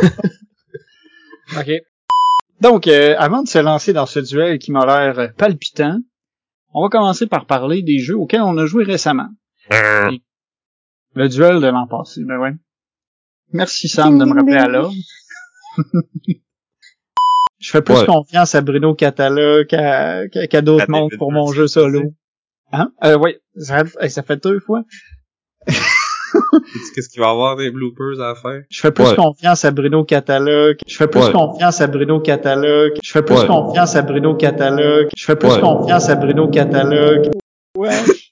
OK. Donc, euh, avant de se lancer dans ce duel qui m'a l'air palpitant, on va commencer par parler des jeux auxquels on a joué récemment. Et le duel de l'an passé, ben ouais. Merci Sam de me rappeler à l'ordre. Je fais plus ouais. confiance à Bruno Catala qu'à, qu'à, qu'à d'autres À mondes David pour mon Burns, jeu solo. Hein? Euh, ouais. Ça, ça fait deux fois. Qu'est-ce qu'il va y avoir des bloopers à faire? Je fais plus ouais. confiance à Bruno Catala. Je fais plus ouais. confiance à Bruno Catala. Je fais plus ouais. confiance à Bruno Catala. Je fais plus ouais. confiance à Bruno Catala. Ouais.